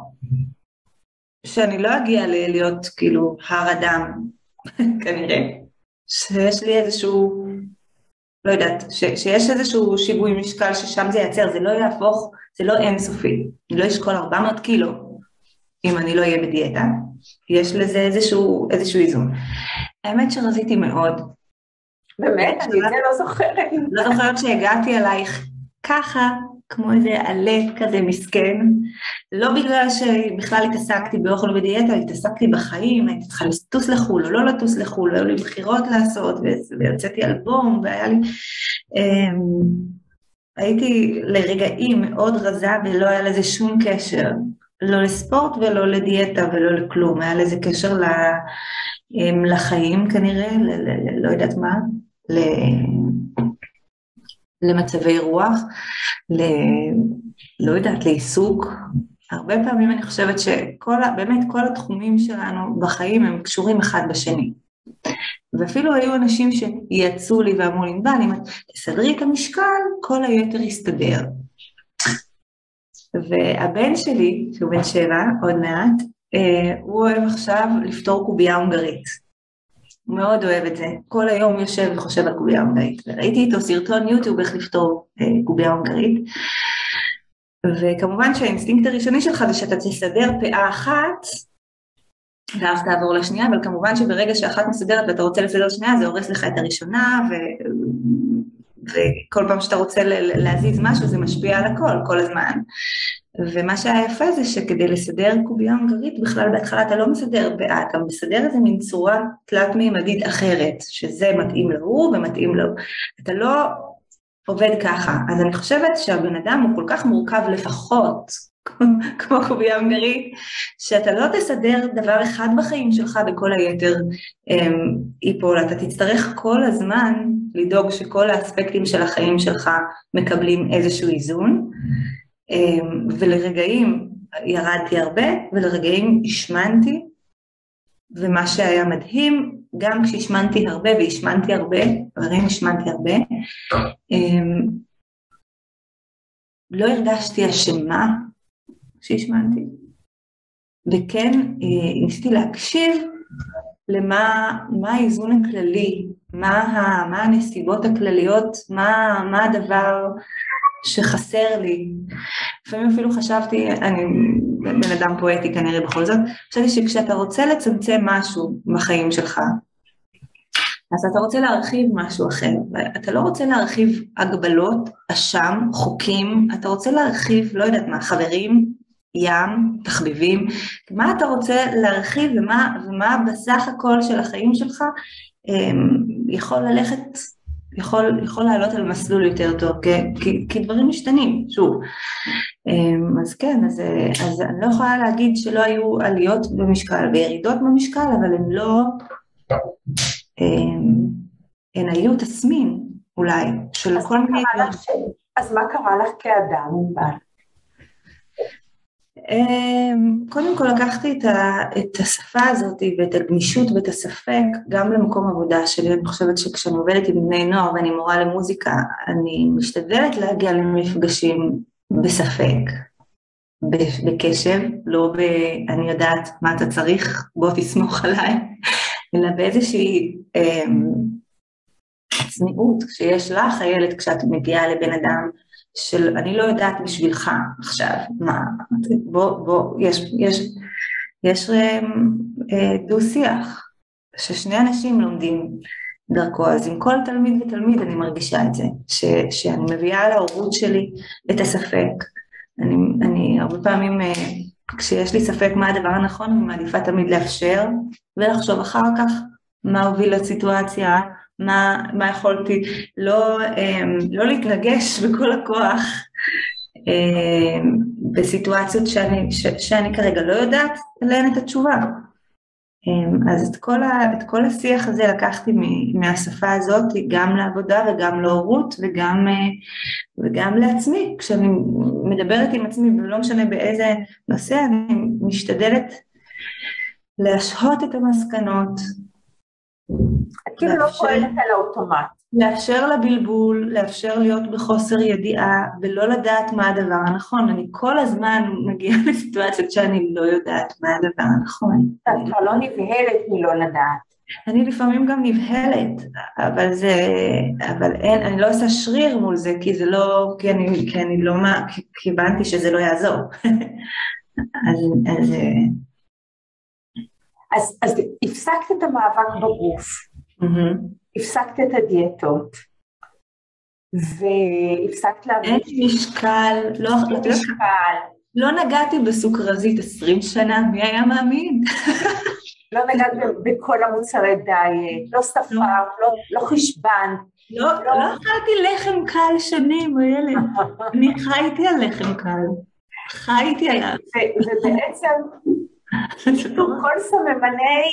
שאני לא אגיע להיות כאילו הר אדם, כנראה, שיש לי איזשהו, לא יודעת, ש, שיש איזשהו שיווי משקל ששם זה ייצר, זה לא יהפוך, זה לא אינסופי, אני לא אשכול ארבע מאות קילו, אם אני לא אהיה בדיאטה, יש לזה איזשהו, איזשהו איזון. האמת שרזיתי מאוד. באמת? אני זה לא זוכרת. לא זוכרת שהגעתי עלייך ככה, כמו איזה עלה כזה מסכן, לא בגלל שבכלל התעסקתי באוכל ובדיאטה, התעסקתי בחיים, הייתי צריכה לטוס לחול או לא לטוס לחול, היו לי בחירות לעשות, ויוצאתי אלבום, והיה לי... הייתי לרגעים מאוד רזה, ולא היה לזה שום קשר, לא לספורט ולא לדיאטה ולא לכלום, היה לזה קשר לחיים כנראה, לא יודעת מה, ל... למצבי רוח, ל... לא יודעת, לעיסוק. הרבה פעמים אני חושבת שכל, באמת כל התחומים שלנו בחיים הם קשורים אחד בשני. ואפילו היו אנשים שיצאו לי ואמרו לי, בא, אם תסדרי את המשקל, כל היתר יסתדר. והבן שלי, שהוא בן שבע, עוד מעט, הוא אוהב עכשיו לפתור קובייה הונגרית. הוא מאוד אוהב את זה. כל היום הוא יושב וחושב על קובייה הונגרית. וראיתי איתו סרטון יוטיוב איך לפתור אה, קובייה הונגרית. וכמובן שהאינסטינקט הראשוני שלך זה שאתה תסדר פאה אחת, ואז תעבור לשנייה, אבל כמובן שברגע שאחת מסדרת ואתה רוצה לסדר שנייה, זה הורס לך את הראשונה, ו... וכל פעם שאתה רוצה להזיז משהו, זה משפיע על הכל, כל הזמן. ומה שהיה יפה זה שכדי לסדר קובייה הונגרית, בכלל בהתחלה אתה לא מסדר פאה, אתה מסדר איזה מין צורה תלת מימדית אחרת, שזה מתאים לו ומתאים לו. אתה לא עובד ככה. אז אני חושבת שהבן אדם הוא כל כך מורכב לפחות, כמו קובייה הונגרית, שאתה לא תסדר דבר אחד בחיים שלך וכל היתר ייפול. אתה תצטרך כל הזמן לדאוג שכל האספקטים של החיים שלך מקבלים איזשהו איזון, ולרגעים ירדתי הרבה, ולרגעים השמנתי, ומה שהיה מדהים, גם כשהשמנתי הרבה, והשמנתי הרבה, דברים השמנתי הרבה, לא הרגשתי אשמה שהשמנתי, וכן ניסיתי להקשיב למה מה האיזון הכללי, מה, מה הנסיבות הכלליות, מה, מה הדבר שחסר לי. לפעמים אפילו חשבתי, אני בן אדם פואטי כנראה בכל זאת, חשבתי שכשאתה רוצה לצמצם משהו בחיים שלך, אז אתה רוצה להרחיב משהו אחר, אתה לא רוצה להרחיב הגבלות, אשם, חוקים, אתה רוצה להרחיב, לא יודעת מה, חברים, ים, תחביבים, מה אתה רוצה להרחיב ומה, ומה בסך הכל של החיים שלך יכול ללכת, יכול, יכול לעלות על מסלול יותר טוב, כי, כי דברים משתנים, שוב. אז כן, אז, אז אני לא יכולה להגיד שלא היו עליות במשקל וירידות במשקל, אבל הן לא, הן היו תסמין אולי, של כל מיני... אז מה קרה לך כאדם? קודם כל לקחתי את השפה הזאת ואת הגמישות ואת הספק גם למקום עבודה שלי. אני חושבת שכשאני עובדת עם בני נוער ואני מורה למוזיקה, אני משתדלת להגיע למפגשים בספק, בקשב, לא ב... אני יודעת מה אתה צריך, בוא תסמוך עליי, אלא באיזושהי צניעות שיש לך, הילד, כשאת מגיעה לבן אדם, של אני לא יודעת בשבילך עכשיו, מה, בוא, בוא, יש, יש, יש דו שיח, ששני אנשים לומדים דרכו, אז עם כל תלמיד ותלמיד אני מרגישה את זה, ש, שאני מביאה להורות שלי את הספק, אני, אני הרבה פעמים, כשיש לי ספק מה הדבר הנכון, אני מעדיפה תמיד לאפשר, ולחשוב אחר כך מה הוביל לסיטואציה, מה, מה יכולתי, לא, לא להתרגש בכל הכוח בסיטואציות שאני, ש, שאני כרגע לא יודעת עליהן את התשובה. אז את כל, ה, את כל השיח הזה לקחתי מהשפה הזאת, גם לעבודה וגם להורות וגם, וגם לעצמי. כשאני מדברת עם עצמי, ולא משנה באיזה נושא, אני משתדלת להשהות את המסקנות, את כאילו לא פועלת על האוטומט. לאפשר לבלבול, לאפשר להיות בחוסר ידיעה, ולא לדעת מה הדבר הנכון. אני כל הזמן מגיעה לסיטואציות שאני לא יודעת מה הדבר הנכון. את כבר לא נבהלת מלא לדעת. אני לפעמים גם נבהלת, אבל זה, אבל אין, אני לא עושה שריר מול זה, כי זה לא, כי אני, כי אני לא, כי, כי הבנתי שזה לא יעזור. אז, אז, אז, אז הפסקת את המאבק בגוף, mm-hmm. הפסקת את הדיאטות, והפסקת להבין... אין משקל, לא, לא, משקל. לא נגעתי בסוכרזית עשרים שנה, מי היה מאמין? לא נגעת בכל המוצרי דיאט, לא ספר, לא, לא, לא חשבן. לא, לא, לא אכלתי לחם קל שנים, הילד. אני חייתי על לחם קל. חייתי עליו. ובעצם... כל סממני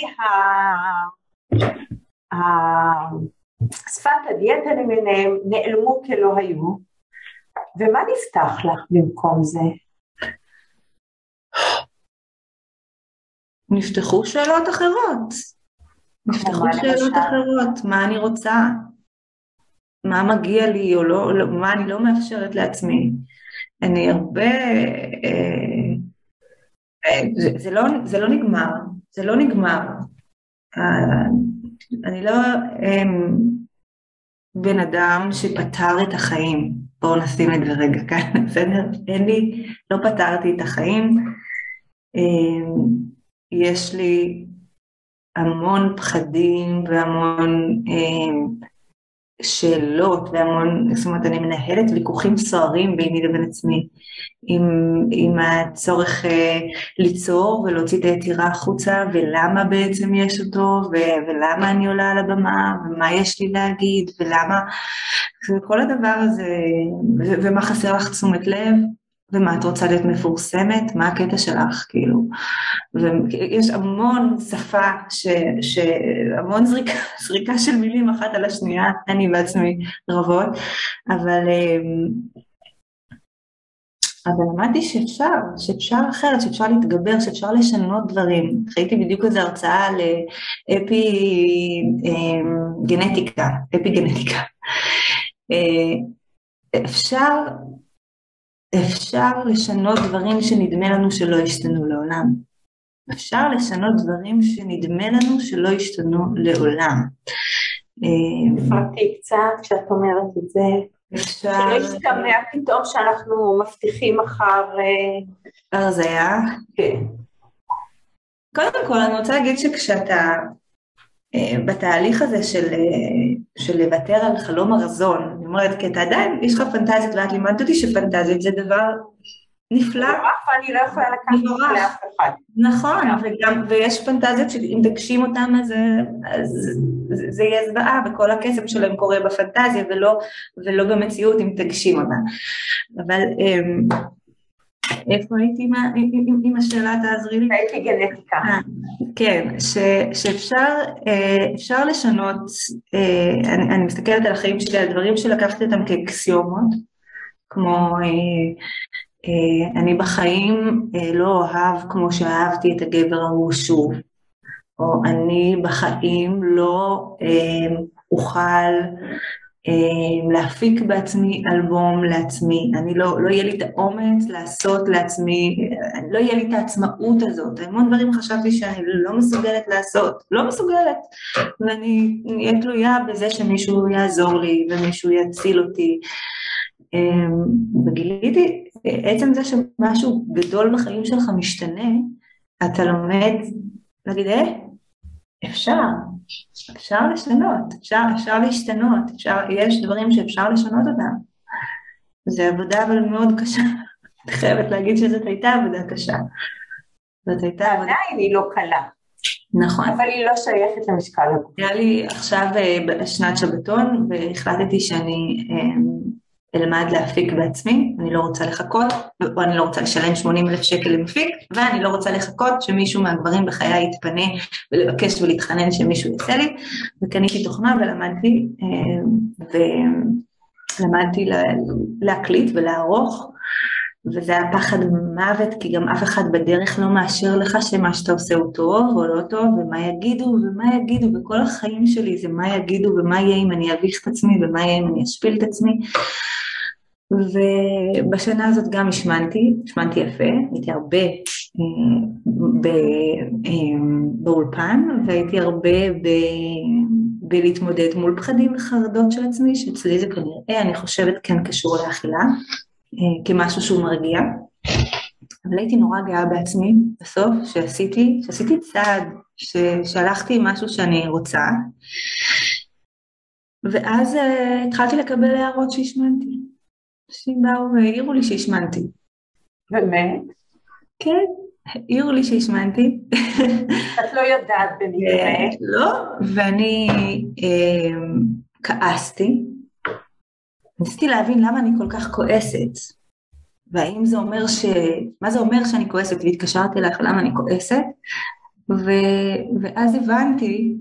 שפת הדיאטה למיניהם נעלמו כלא היו, ומה נפתח לך במקום זה? נפתחו שאלות אחרות, נפתחו שאלות אחרות, מה אני רוצה, מה מגיע לי או לא, מה אני לא מאפשרת לעצמי. אני הרבה... זה, זה, לא, זה לא נגמר, זה לא נגמר. אני לא בן אדם שפתר את החיים. בואו נשים את זה רגע כאן, בסדר? אין לי, לא פתרתי את החיים. יש לי המון פחדים והמון שאלות והמון, זאת אומרת, אני מנהלת ויכוחים סוערים ביני לבין עצמי, עם, עם הצורך אה, ליצור ולהוציא את היצירה החוצה, ולמה בעצם יש אותו, ו- ולמה אני עולה על הבמה, ומה יש לי להגיד, ולמה, וכל הדבר הזה, ו- ומה חסר לך תשומת לב, ומה את רוצה להיות מפורסמת, מה הקטע שלך, כאילו, ויש המון שפה, ש, ש, המון זריקה, זריקה של מילים אחת על השנייה, אני בעצמי רבות, אבל, אבל למדתי שאפשר, שאפשר אחרת, שאפשר להתגבר, שאפשר לשנות דברים. חייתי בדיוק איזו הרצאה לאפי גנטיקה, אפי גנטיקה. אפשר, אפשר לשנות דברים שנדמה לנו שלא ישתנו לעולם. אפשר לשנות דברים שנדמה לנו שלא ישתנו לעולם. פרטי קצת כשאת אומרת את זה. אפשר... שלא ישתמע פתאום שאנחנו מבטיחים אחר... הרזיה. כן. קודם כל אני רוצה להגיד שכשאתה בתהליך הזה של, של לוותר על חלום הרזון, אני אומרת, כי אתה עדיין, יש לך פנטזיות, ואת לימדת אותי שפנטזיות זה דבר נפלא. ואני לא יכולה לקחת לאף אחד. נכון, וגם, ויש פנטזיות שאם תגשים אותם, אז, אז זה יהיה זוועה, וכל הקסם שלהם קורה בפנטזיה, ולא, ולא במציאות אם תגשים אותם. אבל... איפה הייתי עם, עם, עם השאלה, תעזרי לי? הייתי גנטיקה. כן, ש, שאפשר אפשר לשנות, אני, אני מסתכלת על החיים שלי, על דברים שלקחתי אותם כאקסיומות, כמו אני בחיים לא אוהב כמו שאהבתי את הגבר ההוא שוב, או אני בחיים לא אוכל להפיק בעצמי אלבום לעצמי, אני לא, לא יהיה לי את האומץ לעשות לעצמי, לא יהיה לי את העצמאות הזאת, המון דברים חשבתי שאני לא מסוגלת לעשות, לא מסוגלת, ואני אהיה תלויה בזה שמישהו יעזור לי ומישהו יציל אותי, וגיליתי, עצם זה שמשהו גדול בחיים שלך משתנה, אתה לומד, נגיד, אה, אפשר, אפשר לשנות, אפשר, אפשר להשתנות, אפשר, יש דברים שאפשר לשנות אותם. זה עבודה אבל מאוד קשה, אני חייבת להגיד שזאת הייתה עבודה קשה. זאת הייתה עבודה... עדיין היא לא קלה. נכון. אבל היא לא שייכת למשקל הגוף. היה לי עכשיו בשנת שבתון, והחלטתי שאני אלמד להפיק בעצמי, אני לא רוצה לחכות, או אני לא רוצה לשלם שמונים אלף שקל למפיק, ואני לא רוצה לחכות שמישהו מהגברים בחיי יתפנה ולבקש ולהתחנן שמישהו יעשה לי, וקניתי תוכנה ולמדתי, ולמדתי להקליט ולערוך, וזה היה פחד מוות, כי גם אף אחד בדרך לא מאשר לך שמה שאתה עושה הוא טוב או לא טוב, ומה יגידו ומה יגידו, וכל החיים שלי זה מה יגידו ומה יהיה אם אני אביך את עצמי, ומה יהיה אם אני אשפיל את עצמי, ובשנה הזאת גם השמנתי, השמנתי יפה, הייתי הרבה באולפן, והייתי הרבה בלהתמודד מול פחדים וחרדות של עצמי, שאצלי זה כנראה, אני חושבת כן קשור לאכילה, כמשהו שהוא מרגיע, אבל הייתי נורא גאה בעצמי בסוף, שעשיתי, שעשיתי צעד, שהלכתי עם משהו שאני רוצה, ואז התחלתי לקבל הערות שהשמנתי. אנשים באו והעירו לי שהשמנתי. באמת? כן, העירו לי שהשמנתי. את לא יודעת במקרה. לא, ואני כעסתי. ניסיתי להבין למה אני כל כך כועסת. והאם זה אומר ש... מה זה אומר שאני כועסת? והתקשרתי לך למה אני כועסת. ו... ואז הבנתי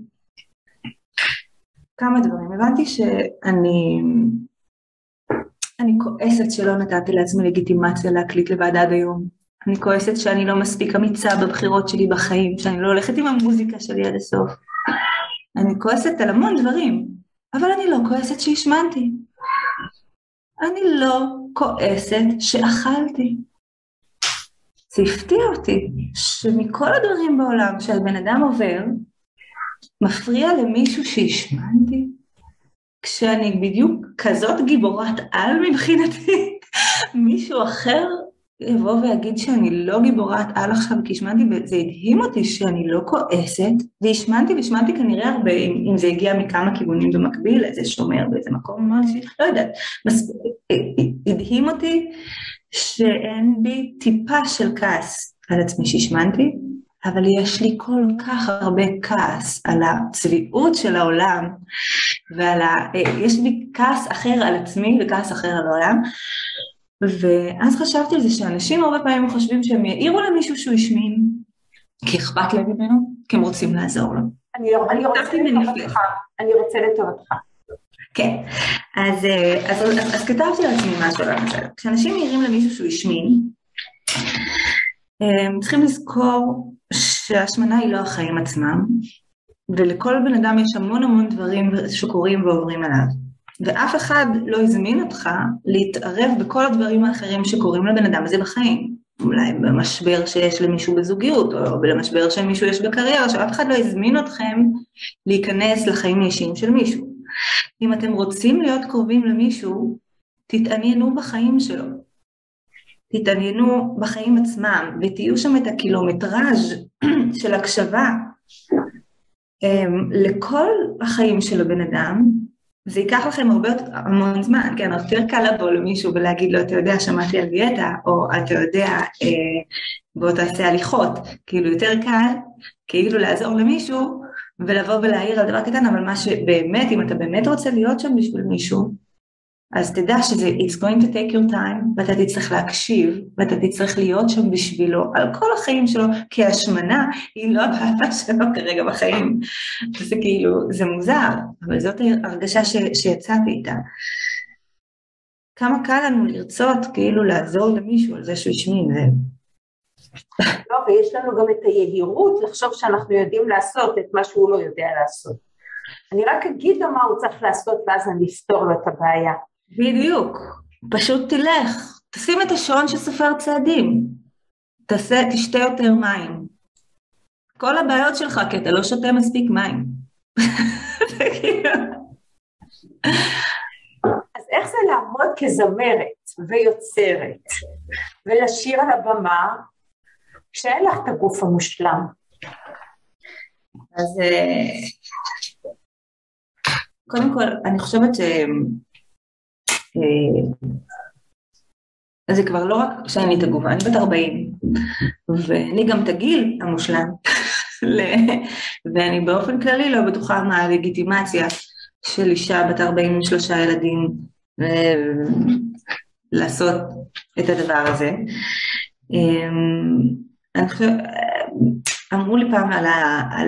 כמה דברים. הבנתי שאני... אני כועסת שלא נתתי לעצמי לגיטימציה להקליט לבד עד היום. אני כועסת שאני לא מספיק אמיצה בבחירות שלי בחיים, שאני לא הולכת עם המוזיקה שלי עד הסוף. אני כועסת על המון דברים, אבל אני לא כועסת שהשמנתי. אני לא כועסת שאכלתי. זה הפתיע אותי שמכל הדברים בעולם שהבן אדם עובר, מפריע למישהו שהשמנתי. כשאני בדיוק כזאת גיבורת על מבחינתי, מישהו אחר יבוא ויגיד שאני לא גיבורת על עכשיו, כי השמנתי, זה הדהים אותי שאני לא כועסת, והשמנתי והשמנתי כנראה הרבה, אם, אם זה הגיע מכמה כיוונים במקביל, איזה שומר באיזה מקום, לא יודעת, מס, הדהים אותי שאין בי טיפה של כעס על עצמי שהשמנתי, אבל יש לי כל כך הרבה כעס על הצביעות של העולם, ועל ה... יש לי כעס אחר על עצמי וכעס אחר על העולם, ואז חשבתי על זה שאנשים הרבה פעמים חושבים שהם יעירו למישהו שהוא השמין, כי אכפת להם ממנו, כי הם רוצים לעזור לו. אני, אני רוצה לטובתך, אני רוצה לטובתך. כן, אז, אז, אז, אז, אז כתבתי לעצמי משהו על זה. כשאנשים מעירים למישהו שהוא השמין, הם צריכים לזכור שהשמנה היא לא החיים עצמם, ולכל בן אדם יש המון המון דברים שקורים ועוברים עליו. ואף אחד לא הזמין אותך להתערב בכל הדברים האחרים שקורים לבן אדם הזה בחיים. אולי במשבר שיש למישהו בזוגיות, או במשבר שמישהו יש בקריירה, שאף אחד לא הזמין אתכם להיכנס לחיים האישיים של מישהו. אם אתם רוצים להיות קרובים למישהו, תתעניינו בחיים שלו. תתעניינו בחיים עצמם, ותהיו שם את הקילומטראז' של הקשבה לכל החיים של הבן אדם. זה ייקח לכם הרבה המון זמן, כן, יותר קל לבוא למישהו ולהגיד לו, אתה יודע, שמעתי על דיאטה, או אתה יודע, בוא תעשה הליכות, כאילו יותר קל, כאילו לעזור למישהו, ולבוא ולהעיר על דבר קטן, אבל מה שבאמת, אם אתה באמת רוצה להיות שם בשביל מישהו, אז תדע שזה, it's going to take your time, ואתה תצטרך להקשיב, ואתה תצטרך להיות שם בשבילו, על כל החיים שלו, כי השמנה היא לא הבעיה שלו כרגע בחיים. זה כאילו, זה מוזר, אבל זאת הרגשה ש, שיצאתי איתה. כמה קל לנו לרצות כאילו לעזור למישהו על זה שהוא השמין, זה... לא, ויש לנו גם את היהירות לחשוב שאנחנו יודעים לעשות את מה שהוא לא יודע לעשות. אני רק אגיד לו מה הוא צריך לעשות, ואז אני אפתור לו את הבעיה. בדיוק, פשוט תלך, תשים את השעון שסופר צעדים, תעשה, תשתה יותר מים. כל הבעיות שלך, כי אתה לא שותה מספיק מים. אז איך זה לעמוד כזמרת ויוצרת, ולשיר על הבמה, כשאין לך את הגוף המושלם? אז קודם כל, אני חושבת ש... אז זה כבר לא רק שאין לי את הגוף, אני בת ארבעים, ואני גם את הגיל המושלם, ואני באופן כללי לא בטוחה מה הלגיטימציה של אישה בת ארבעים ושלושה ילדים, לעשות את הדבר הזה. אני חושבת, אמרו לי פעם על, על,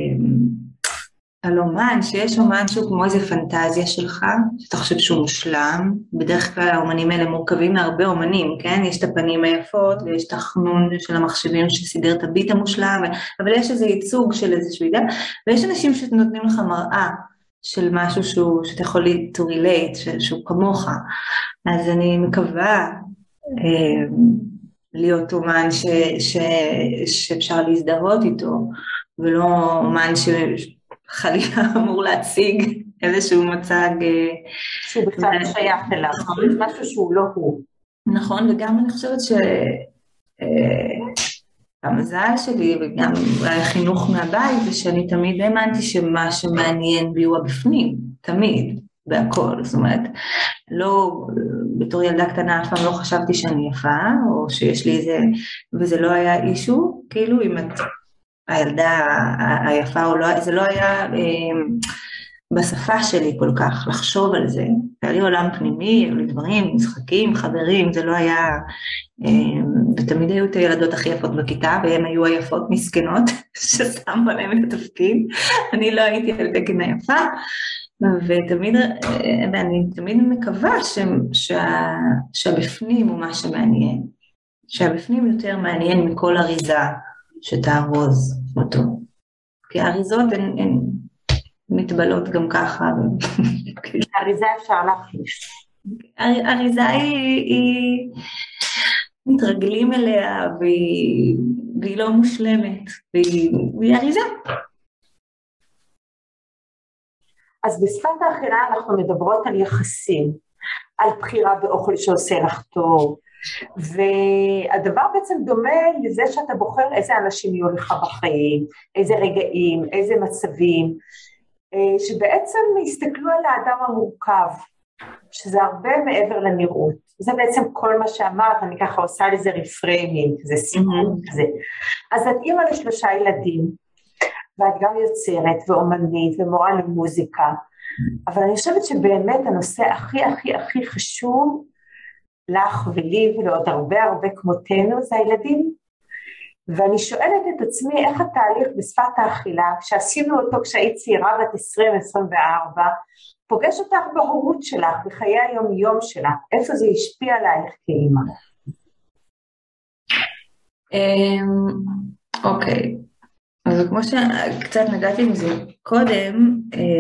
על אומן, שיש אומן שהוא כמו איזה פנטזיה שלך, שאתה חושב שהוא מושלם, בדרך כלל האומנים האלה מורכבים מהרבה אומנים, כן? יש את הפנים היפות, ויש את החנון של המחשבים שסידר את הביט המושלם, אבל יש איזה ייצוג של איזשהו ידע, ויש אנשים שנותנים לך מראה, של משהו שהוא, שאתה יכול to relate, שהוא כמוך. אז אני מקווה אה, להיות אומן ש, ש, שאפשר להזדהות איתו, ולא אומן שחלילה אמור להציג איזשהו מצג... שהוא בכלל שייך אליו, משהו שהוא לא הוא. נכון, וגם אני חושבת ש... המזל שלי וגם החינוך מהבית זה שאני תמיד האמנתי שמה שמעניין בי הוא הבפנים, תמיד, בהכל, זאת אומרת, לא, בתור ילדה קטנה אף פעם לא חשבתי שאני יפה, או שיש לי איזה, וזה לא היה אישו, כאילו אם את הילדה היפה או לא, זה לא היה אה, בשפה שלי כל כך, לחשוב על זה, היה לי עולם פנימי, היו לי דברים, משחקים, חברים, זה לא היה... ותמיד היו את הילדות הכי יפות בכיתה, והן היו היפות מסכנות, ששמו עליהן את התפקיד, אני לא הייתי על תקן היפה, ותמיד, ואני תמיד מקווה ש, שה, שהבפנים הוא מה שמעניין, שהבפנים יותר מעניין מכל אריזה שתארוז אותו, כי האריזות הן, הן מתבלות גם ככה. האריזה אפשר להחליש. האריזה היא... היא מתרגלים אליה, והיא, והיא לא מושלמת, והיא, והיא אריזה. אז בשפת האכילה אנחנו מדברות על יחסים, על בחירה באוכל שעושה לך טוב, והדבר בעצם דומה לזה שאתה בוחר איזה אנשים יהיו לך בחיים, איזה רגעים, איזה מצבים, שבעצם הסתכלו על האדם המורכב, שזה הרבה מעבר לנראות. זה בעצם כל מה שאמרת, אני ככה עושה לזה רפריימינג, זה סיכום כזה. אז את אימא לשלושה ילדים, ואת גם יוצרת ואומנית ומורה למוזיקה, אבל אני חושבת שבאמת הנושא הכי הכי הכי חשוב לך ולי ולעוד הרבה הרבה כמותנו זה הילדים. ואני שואלת את עצמי איך התהליך בשפת האכילה, שעשינו אותו כשהיית צעירה בת עשרים עשרים וארבע, פוגש אותך בהורות שלך, בחיי היום יום שלך, איפה זה השפיע עלייך כאימא? אוקיי, אז כמו שקצת נגעתי עם זה קודם,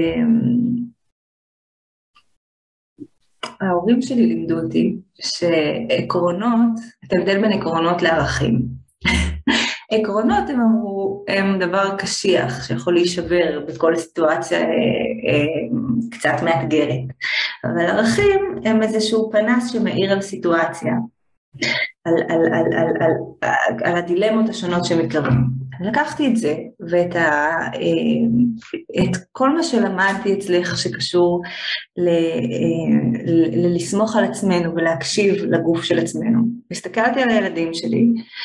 ההורים שלי לימדו אותי שעקרונות, את ההבדל בין עקרונות לערכים. עקרונות הם אמרו, הם דבר קשיח שיכול להישבר בכל סיטואציה קצת מאתגרת, אבל ערכים הם איזשהו פנס שמאיר על סיטואציה, על, על, על, על, על, על, על הדילמות השונות שמתקרבים. לקחתי את זה ואת ה, את כל מה שלמדתי אצלך שקשור ל, ל, ל, לסמוך על עצמנו ולהקשיב לגוף של עצמנו. הסתכלתי על הילדים שלי,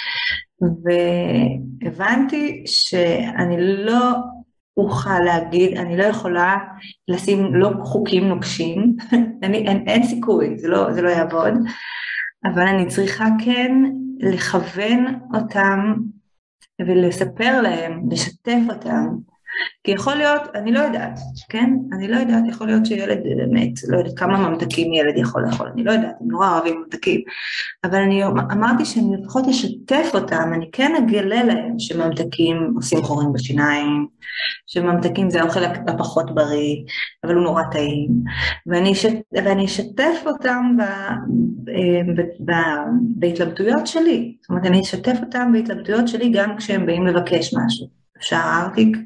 והבנתי שאני לא אוכל להגיד, אני לא יכולה לשים לא חוקים נוקשים, אני, אין, אין סיכוי, זה לא, זה לא יעבוד, אבל אני צריכה כן לכוון אותם ולספר להם, לשתף אותם כי יכול להיות, אני לא יודעת, כן? אני לא יודעת, יכול להיות שילד באמת, לא יודעת כמה ממתקים ילד יכול לאכול, אני לא יודעת, הם נורא אוהבים ממתקים, אבל אני אמרתי שאני לפחות אשתף אותם, אני כן אגלה להם שממתקים עושים חורים בשיניים, שממתקים זה האוכל הפחות בריא, אבל הוא נורא טעים, ואני, ש... ואני אשתף אותם ב... ב... ב... בהתלבטויות שלי, זאת אומרת, אני אשתף אותם בהתלבטויות שלי גם כשהם באים לבקש משהו. אפשר ארטיק.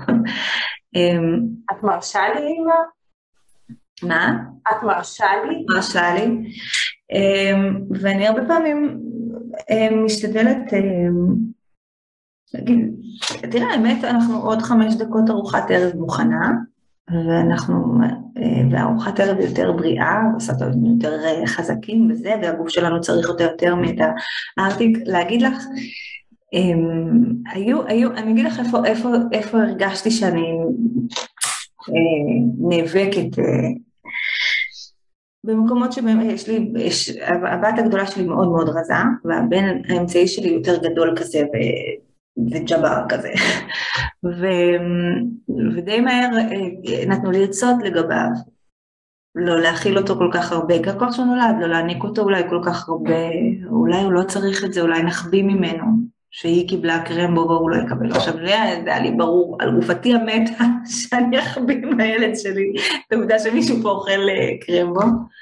את מרשה לי, אמא? מה? את מרשה לי? מרשה לי. ואני הרבה פעמים משתדלת, תראה, האמת, אנחנו עוד חמש דקות ארוחת ערב מוכנה, ואנחנו, והארוחת ערב יותר בריאה, ועושה יותר חזקים וזה, והגוף שלנו צריך יותר יותר מאת הארטיק. להגיד לך, Um, היו, היו, אני אגיד לך איפה, איפה, איפה הרגשתי שאני uh, נאבקת, uh, במקומות שבאמת יש לי, יש, הבת הגדולה שלי מאוד מאוד רזה, והבן האמצעי שלי יותר גדול כזה, וג'בר כזה, ו, ודי מהר uh, נתנו לי עצות לגביו, לא להכיל אותו כל כך הרבה, גם כל שהוא נולד, לא להעניק אותו אולי כל כך הרבה, אולי הוא לא צריך את זה, אולי נחביא ממנו, שהיא קיבלה קרמבו והוא לא יקבל. עכשיו, זה היה לי ברור על גופתי המתה שאני אחביא עם הילד שלי, את העובדה שמישהו פה אוכל קרמבו.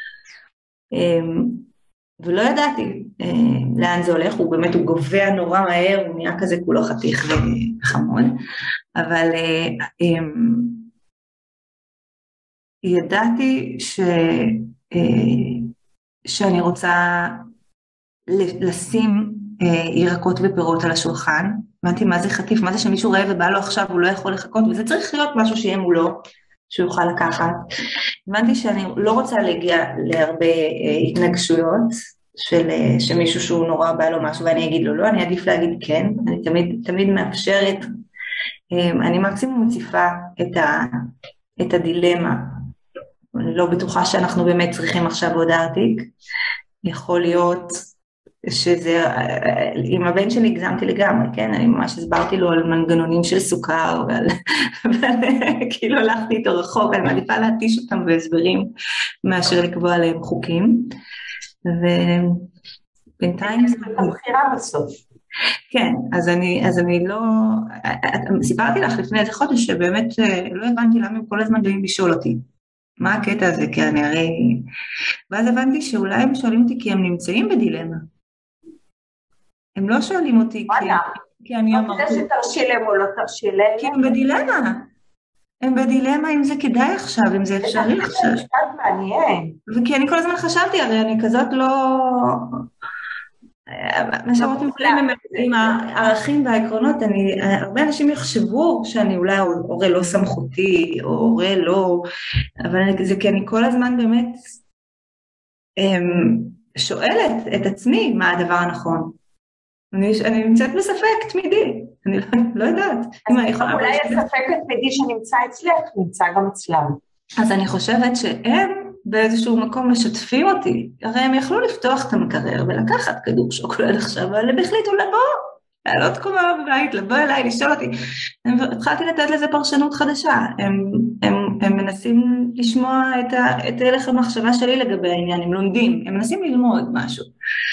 ולא ידעתי לאן זה הולך, הוא באמת, הוא גובע נורא מהר, הוא נהיה כזה כולו חתיך וחמוד, אבל ידעתי ש... שאני רוצה לשים ירקות ופירות על השולחן, הבנתי מה זה חטיף, מה זה שמישהו רעב ובא לו עכשיו, הוא לא יכול לחכות, וזה צריך להיות משהו שיהיה מולו, שהוא יוכל לקחת. הבנתי שאני לא רוצה להגיע להרבה התנגשויות, של, שמישהו שהוא נורא בא לו משהו, ואני אגיד לו לא, אני עדיף להגיד כן, אני תמיד, תמיד מאפשרת, אני מקסימום מציפה את, ה, את הדילמה, אני לא בטוחה שאנחנו באמת צריכים עכשיו עוד ארטיק, יכול להיות שזה, עם הבן שלי הגזמתי לגמרי, כן, אני ממש הסברתי לו על מנגנונים של סוכר, ועל, כאילו הלכתי איתו רחוק, אני מעדיפה להתיש אותם בהסברים, מאשר לקבוע עליהם חוקים, ובינתיים זה בחירה בסוף. כן, אז אני, אז אני לא, סיפרתי לך לפני איזה חודש, שבאמת לא הבנתי למה הם כל הזמן באים לשאול אותי, מה הקטע הזה, כי אני הרי, ואז הבנתי שאולי הם שואלים אותי כי הם נמצאים בדילמה, הם לא שואלים אותי כי, כי אני אמרתי. לא כדי שתרשי להם או לא תרשי להם. כי הם בדילמה. הם בדילמה אם זה כדאי עכשיו, אם זה אפשרי עכשיו. זה משפט מעניין. וכי אני כל הזמן חשבתי, הרי אני כזאת לא... מה שאמרתי מוכלים עם הערכים והעקרונות, אני, הרבה אנשים יחשבו שאני אולי הורה לא סמכותי, או הורה לא... אבל זה כי אני כל הזמן באמת שואלת את עצמי מה הדבר הנכון. אני, אני נמצאת בספק תמידי, אני לא, לא יודעת. אז אולי הספק התמידי שנמצא אצלך, נמצא גם אצלם. אז אני חושבת שהם באיזשהו מקום משתפים אותי, הרי הם יכלו לפתוח את המקרר ולקחת כדור שוקולד עכשיו, אבל הם החליטו לבוא, לעלות קומה בבית, לבוא אליי, לשאול אותי. התחלתי לתת לזה פרשנות חדשה, הם, הם, הם מנסים לשמוע את, ה, את הלך המחשבה שלי לגבי העניין, הם לומדים, הם מנסים ללמוד משהו.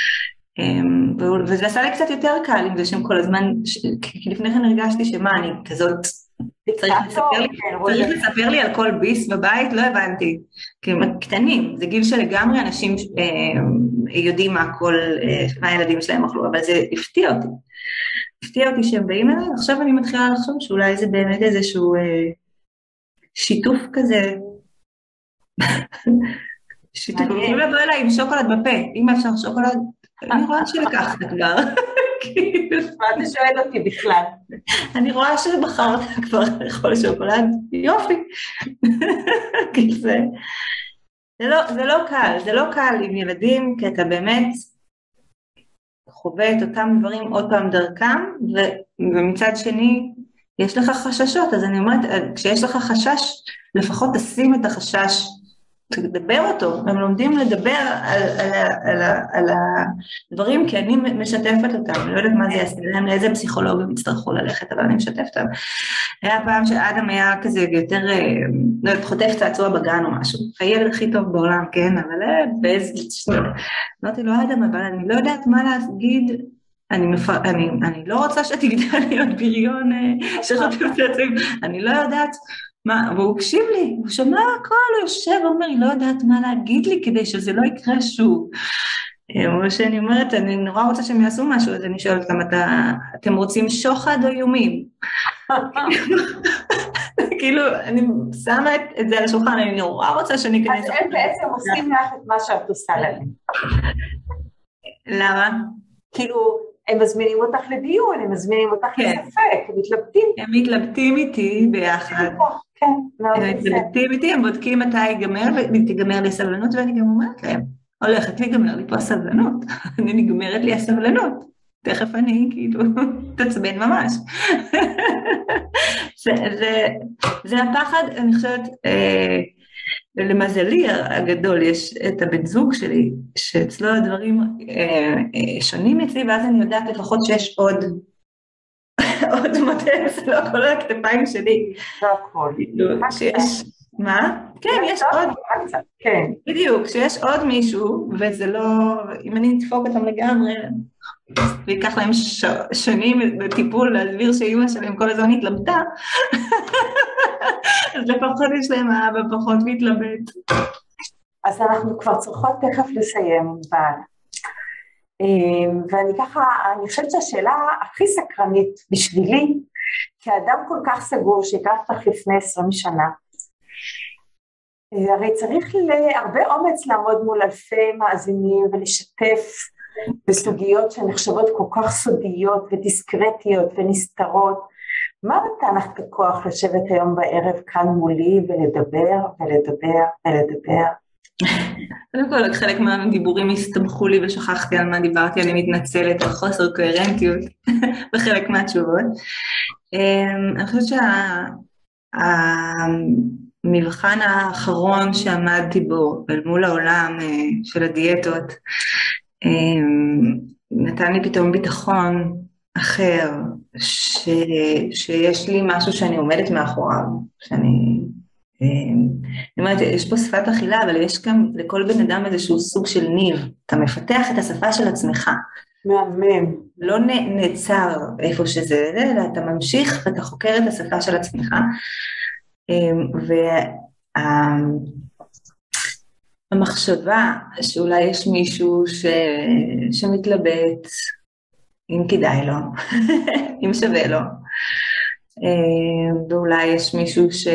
וזה עשה לי קצת יותר קל עם זה שהם כל הזמן, כי לפני כן הרגשתי שמה אני כזאת, צריך לספר לי על כל ביס בבית, לא הבנתי, כי הם קטנים, זה גיל שלגמרי אנשים יודעים מה כל, מה הילדים שלהם אכלו, אבל זה הפתיע אותי, הפתיע אותי שהם באים אליי, עכשיו אני מתחילה לחשוב שאולי זה באמת איזשהו שיתוף כזה, שיתוף, יכולים לבוא אליי עם שוקולד בפה, אם אפשר שוקולד, אני רואה שלקחת כבר. מה אתה שואל אותי בכלל? אני רואה שבחרת כבר לאכול שוקולד, יופי. זה לא קל, זה לא קל עם ילדים, כי אתה באמת חווה את אותם דברים עוד פעם דרכם, ומצד שני יש לך חששות, אז אני אומרת, כשיש לך חשש, לפחות תשים את החשש לדבר אותו, הם לומדים לדבר על, על, על, על, על הדברים, כי אני משתפת אותם, אני לא יודעת מה זה יעשה להם, לאיזה פסיכולוג הם יצטרכו ללכת, אבל אני משתפת אותם. היה פעם שאדם היה כזה יותר, לא יודעת, חוטף צעצוע בגן או משהו, הילד הכי טוב בעולם, כן, אבל באיזה, אמרתי לו, אדם, אבל אני לא יודעת מה להגיד, אני, מפר... אני, אני לא רוצה שתגדל להיות בריון שחוטף צעצועים, אני לא יודעת, מה, והוא הקשיב לי, הוא שמע הכל, הוא יושב, הוא אומר, היא לא יודעת מה להגיד לי כדי שזה לא יקרה שוב. כמו שאני אומרת, אני נורא רוצה שהם יעשו משהו, אז אני שואלת אותם, אתה, אתם רוצים שוחד או איומים? כאילו, אני שמה את, את זה על השולחן, אני נורא רוצה שאני אכנס... אז הם בעצם עושים לך את מה שאת עושה להם. למה? כאילו, הם מזמינים אותך לדיון, הם מזמינים אותך לספק, הם מתלבטים. הם מתלבטים איתי ביחד. כן, מאוד הם מתלבטים איתי, הם בודקים מתי ייגמר, ותיגמר לי סבלנות, ואני גם אומרת להם, הולכת להיגמר לי פה הסבלנות, אני נגמרת לי הסבלנות, תכף אני כאילו תצבן ממש. זה, זה, זה הפחד, אני חושבת, אה, למזלי הגדול יש את הבן זוג שלי, שאצלו הדברים אה, אה, שונים אצלי, ואז אני יודעת לפחות שיש עוד, עוד מודל, זה לא כל הכתפיים שלי. זה הכל. שיש, מה? כן, יש עוד, כן. בדיוק, שיש עוד מישהו, וזה לא, אם אני נדפוק אותם לגמרי, ויקח להם ש... שנים בטיפול להסביר שאימא שלהם כל הזמן התלבטה, אז לפחות יש להם אבא פחות מתלבט. אז אנחנו כבר צריכות תכף לסיים, אבל... ואני ככה, אני חושבת שהשאלה הכי סקרנית בשבילי, כאדם כל כך סגור שהכרת לך לפני עשרים שנה, הרי צריך להרבה אומץ לעמוד מול אלפי מאזינים ולשתף בסוגיות שנחשבות כל כך סודיות ודיסקרטיות ונסתרות. מה נתן לך בכוח לשבת היום בערב כאן מולי ולדבר ולדבר ולדבר? קודם כל, חלק מהדיבורים הסתבכו לי ושכחתי על מה דיברתי, אני מתנצלת על חוסר קוהרנטיות בחלק מהתשובות. אני חושבת שהמבחן האחרון שעמדתי בו אל מול העולם של הדיאטות, נתן לי פתאום ביטחון אחר, ש... שיש לי משהו שאני עומדת מאחוריו, שאני... אני אומרת, יש פה שפת אכילה, אבל יש גם לכל בן אדם איזשהו סוג של ניב, אתה מפתח את השפה של עצמך. מהמם. לא נעצר איפה שזה, אלא אתה ממשיך ואתה חוקר את השפה של עצמך, והמחשבה שאולי יש מישהו ש... שמתלבט, אם כדאי לו, אם שווה לו, ואולי יש מישהו ש...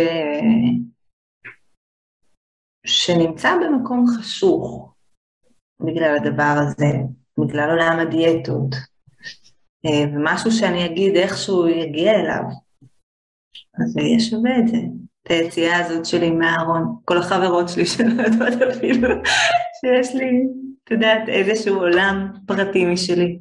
שנמצא במקום חשוך בגלל הדבר הזה, בגלל עולם הדיאטות, ומשהו שאני אגיד איכשהו יגיע אליו, אז זה יהיה שווה את זה, את היציאה הזאת שלי מהארון, כל החברות שלי שלא יודעות אפילו, שיש לי, אתה יודעת, איזשהו עולם פרטי משלי.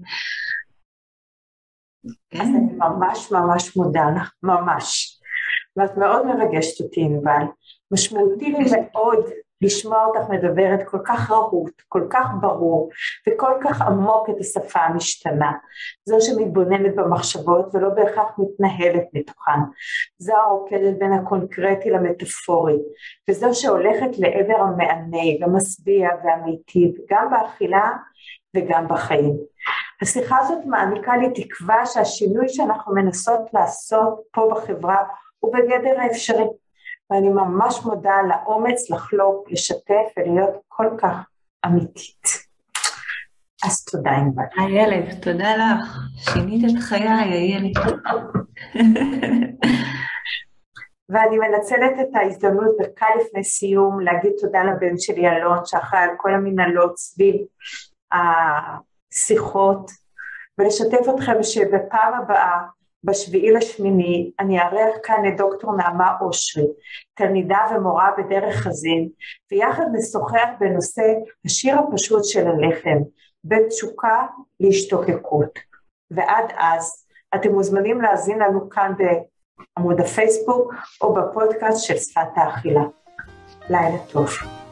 אז אני ממש ממש מודה לך, ממש. ואת מאוד מרגשת אותי, ענבל. משמעותי לי מאוד לשמוע אותך מדברת כל כך רהוט, כל כך ברור, וכל כך עמוק את השפה המשתנה. זו שמתבוננת במחשבות ולא בהכרח מתנהלת מתוכן. זו הרוקדת בין הקונקרטי למטאפורי, וזו שהולכת לעבר המענה, המשביע והמיטיב, גם באכילה וגם בחיים. השיחה הזאת מעניקה לי תקווה שהשינוי שאנחנו מנסות לעשות פה בחברה הוא בגדר האפשרי. ואני ממש מודה על האומץ לחלוק, לשתף ולהיות כל כך אמיתית. אז תודה ענבל. איילת, תודה לך. שינית את חיי, איילת. ואני מנצלת את ההזדמנות דקה לפני סיום להגיד תודה לבן שלי אלון, שאחראי על כל המנהלות סביב השיחות, ולשתף אתכם שבפעם הבאה, בשביעי לשמיני, אני אארח כאן את דוקטור נעמה אושרי, תלמידה ומורה בדרך חזין, ויחד נשוחח בנושא השיר הפשוט של הלחם, בין תשוקה להשתוקקות. ועד אז, אתם מוזמנים להאזין לנו כאן בעמוד הפייסבוק, או בפודקאסט של שפת האכילה. לילה טוב.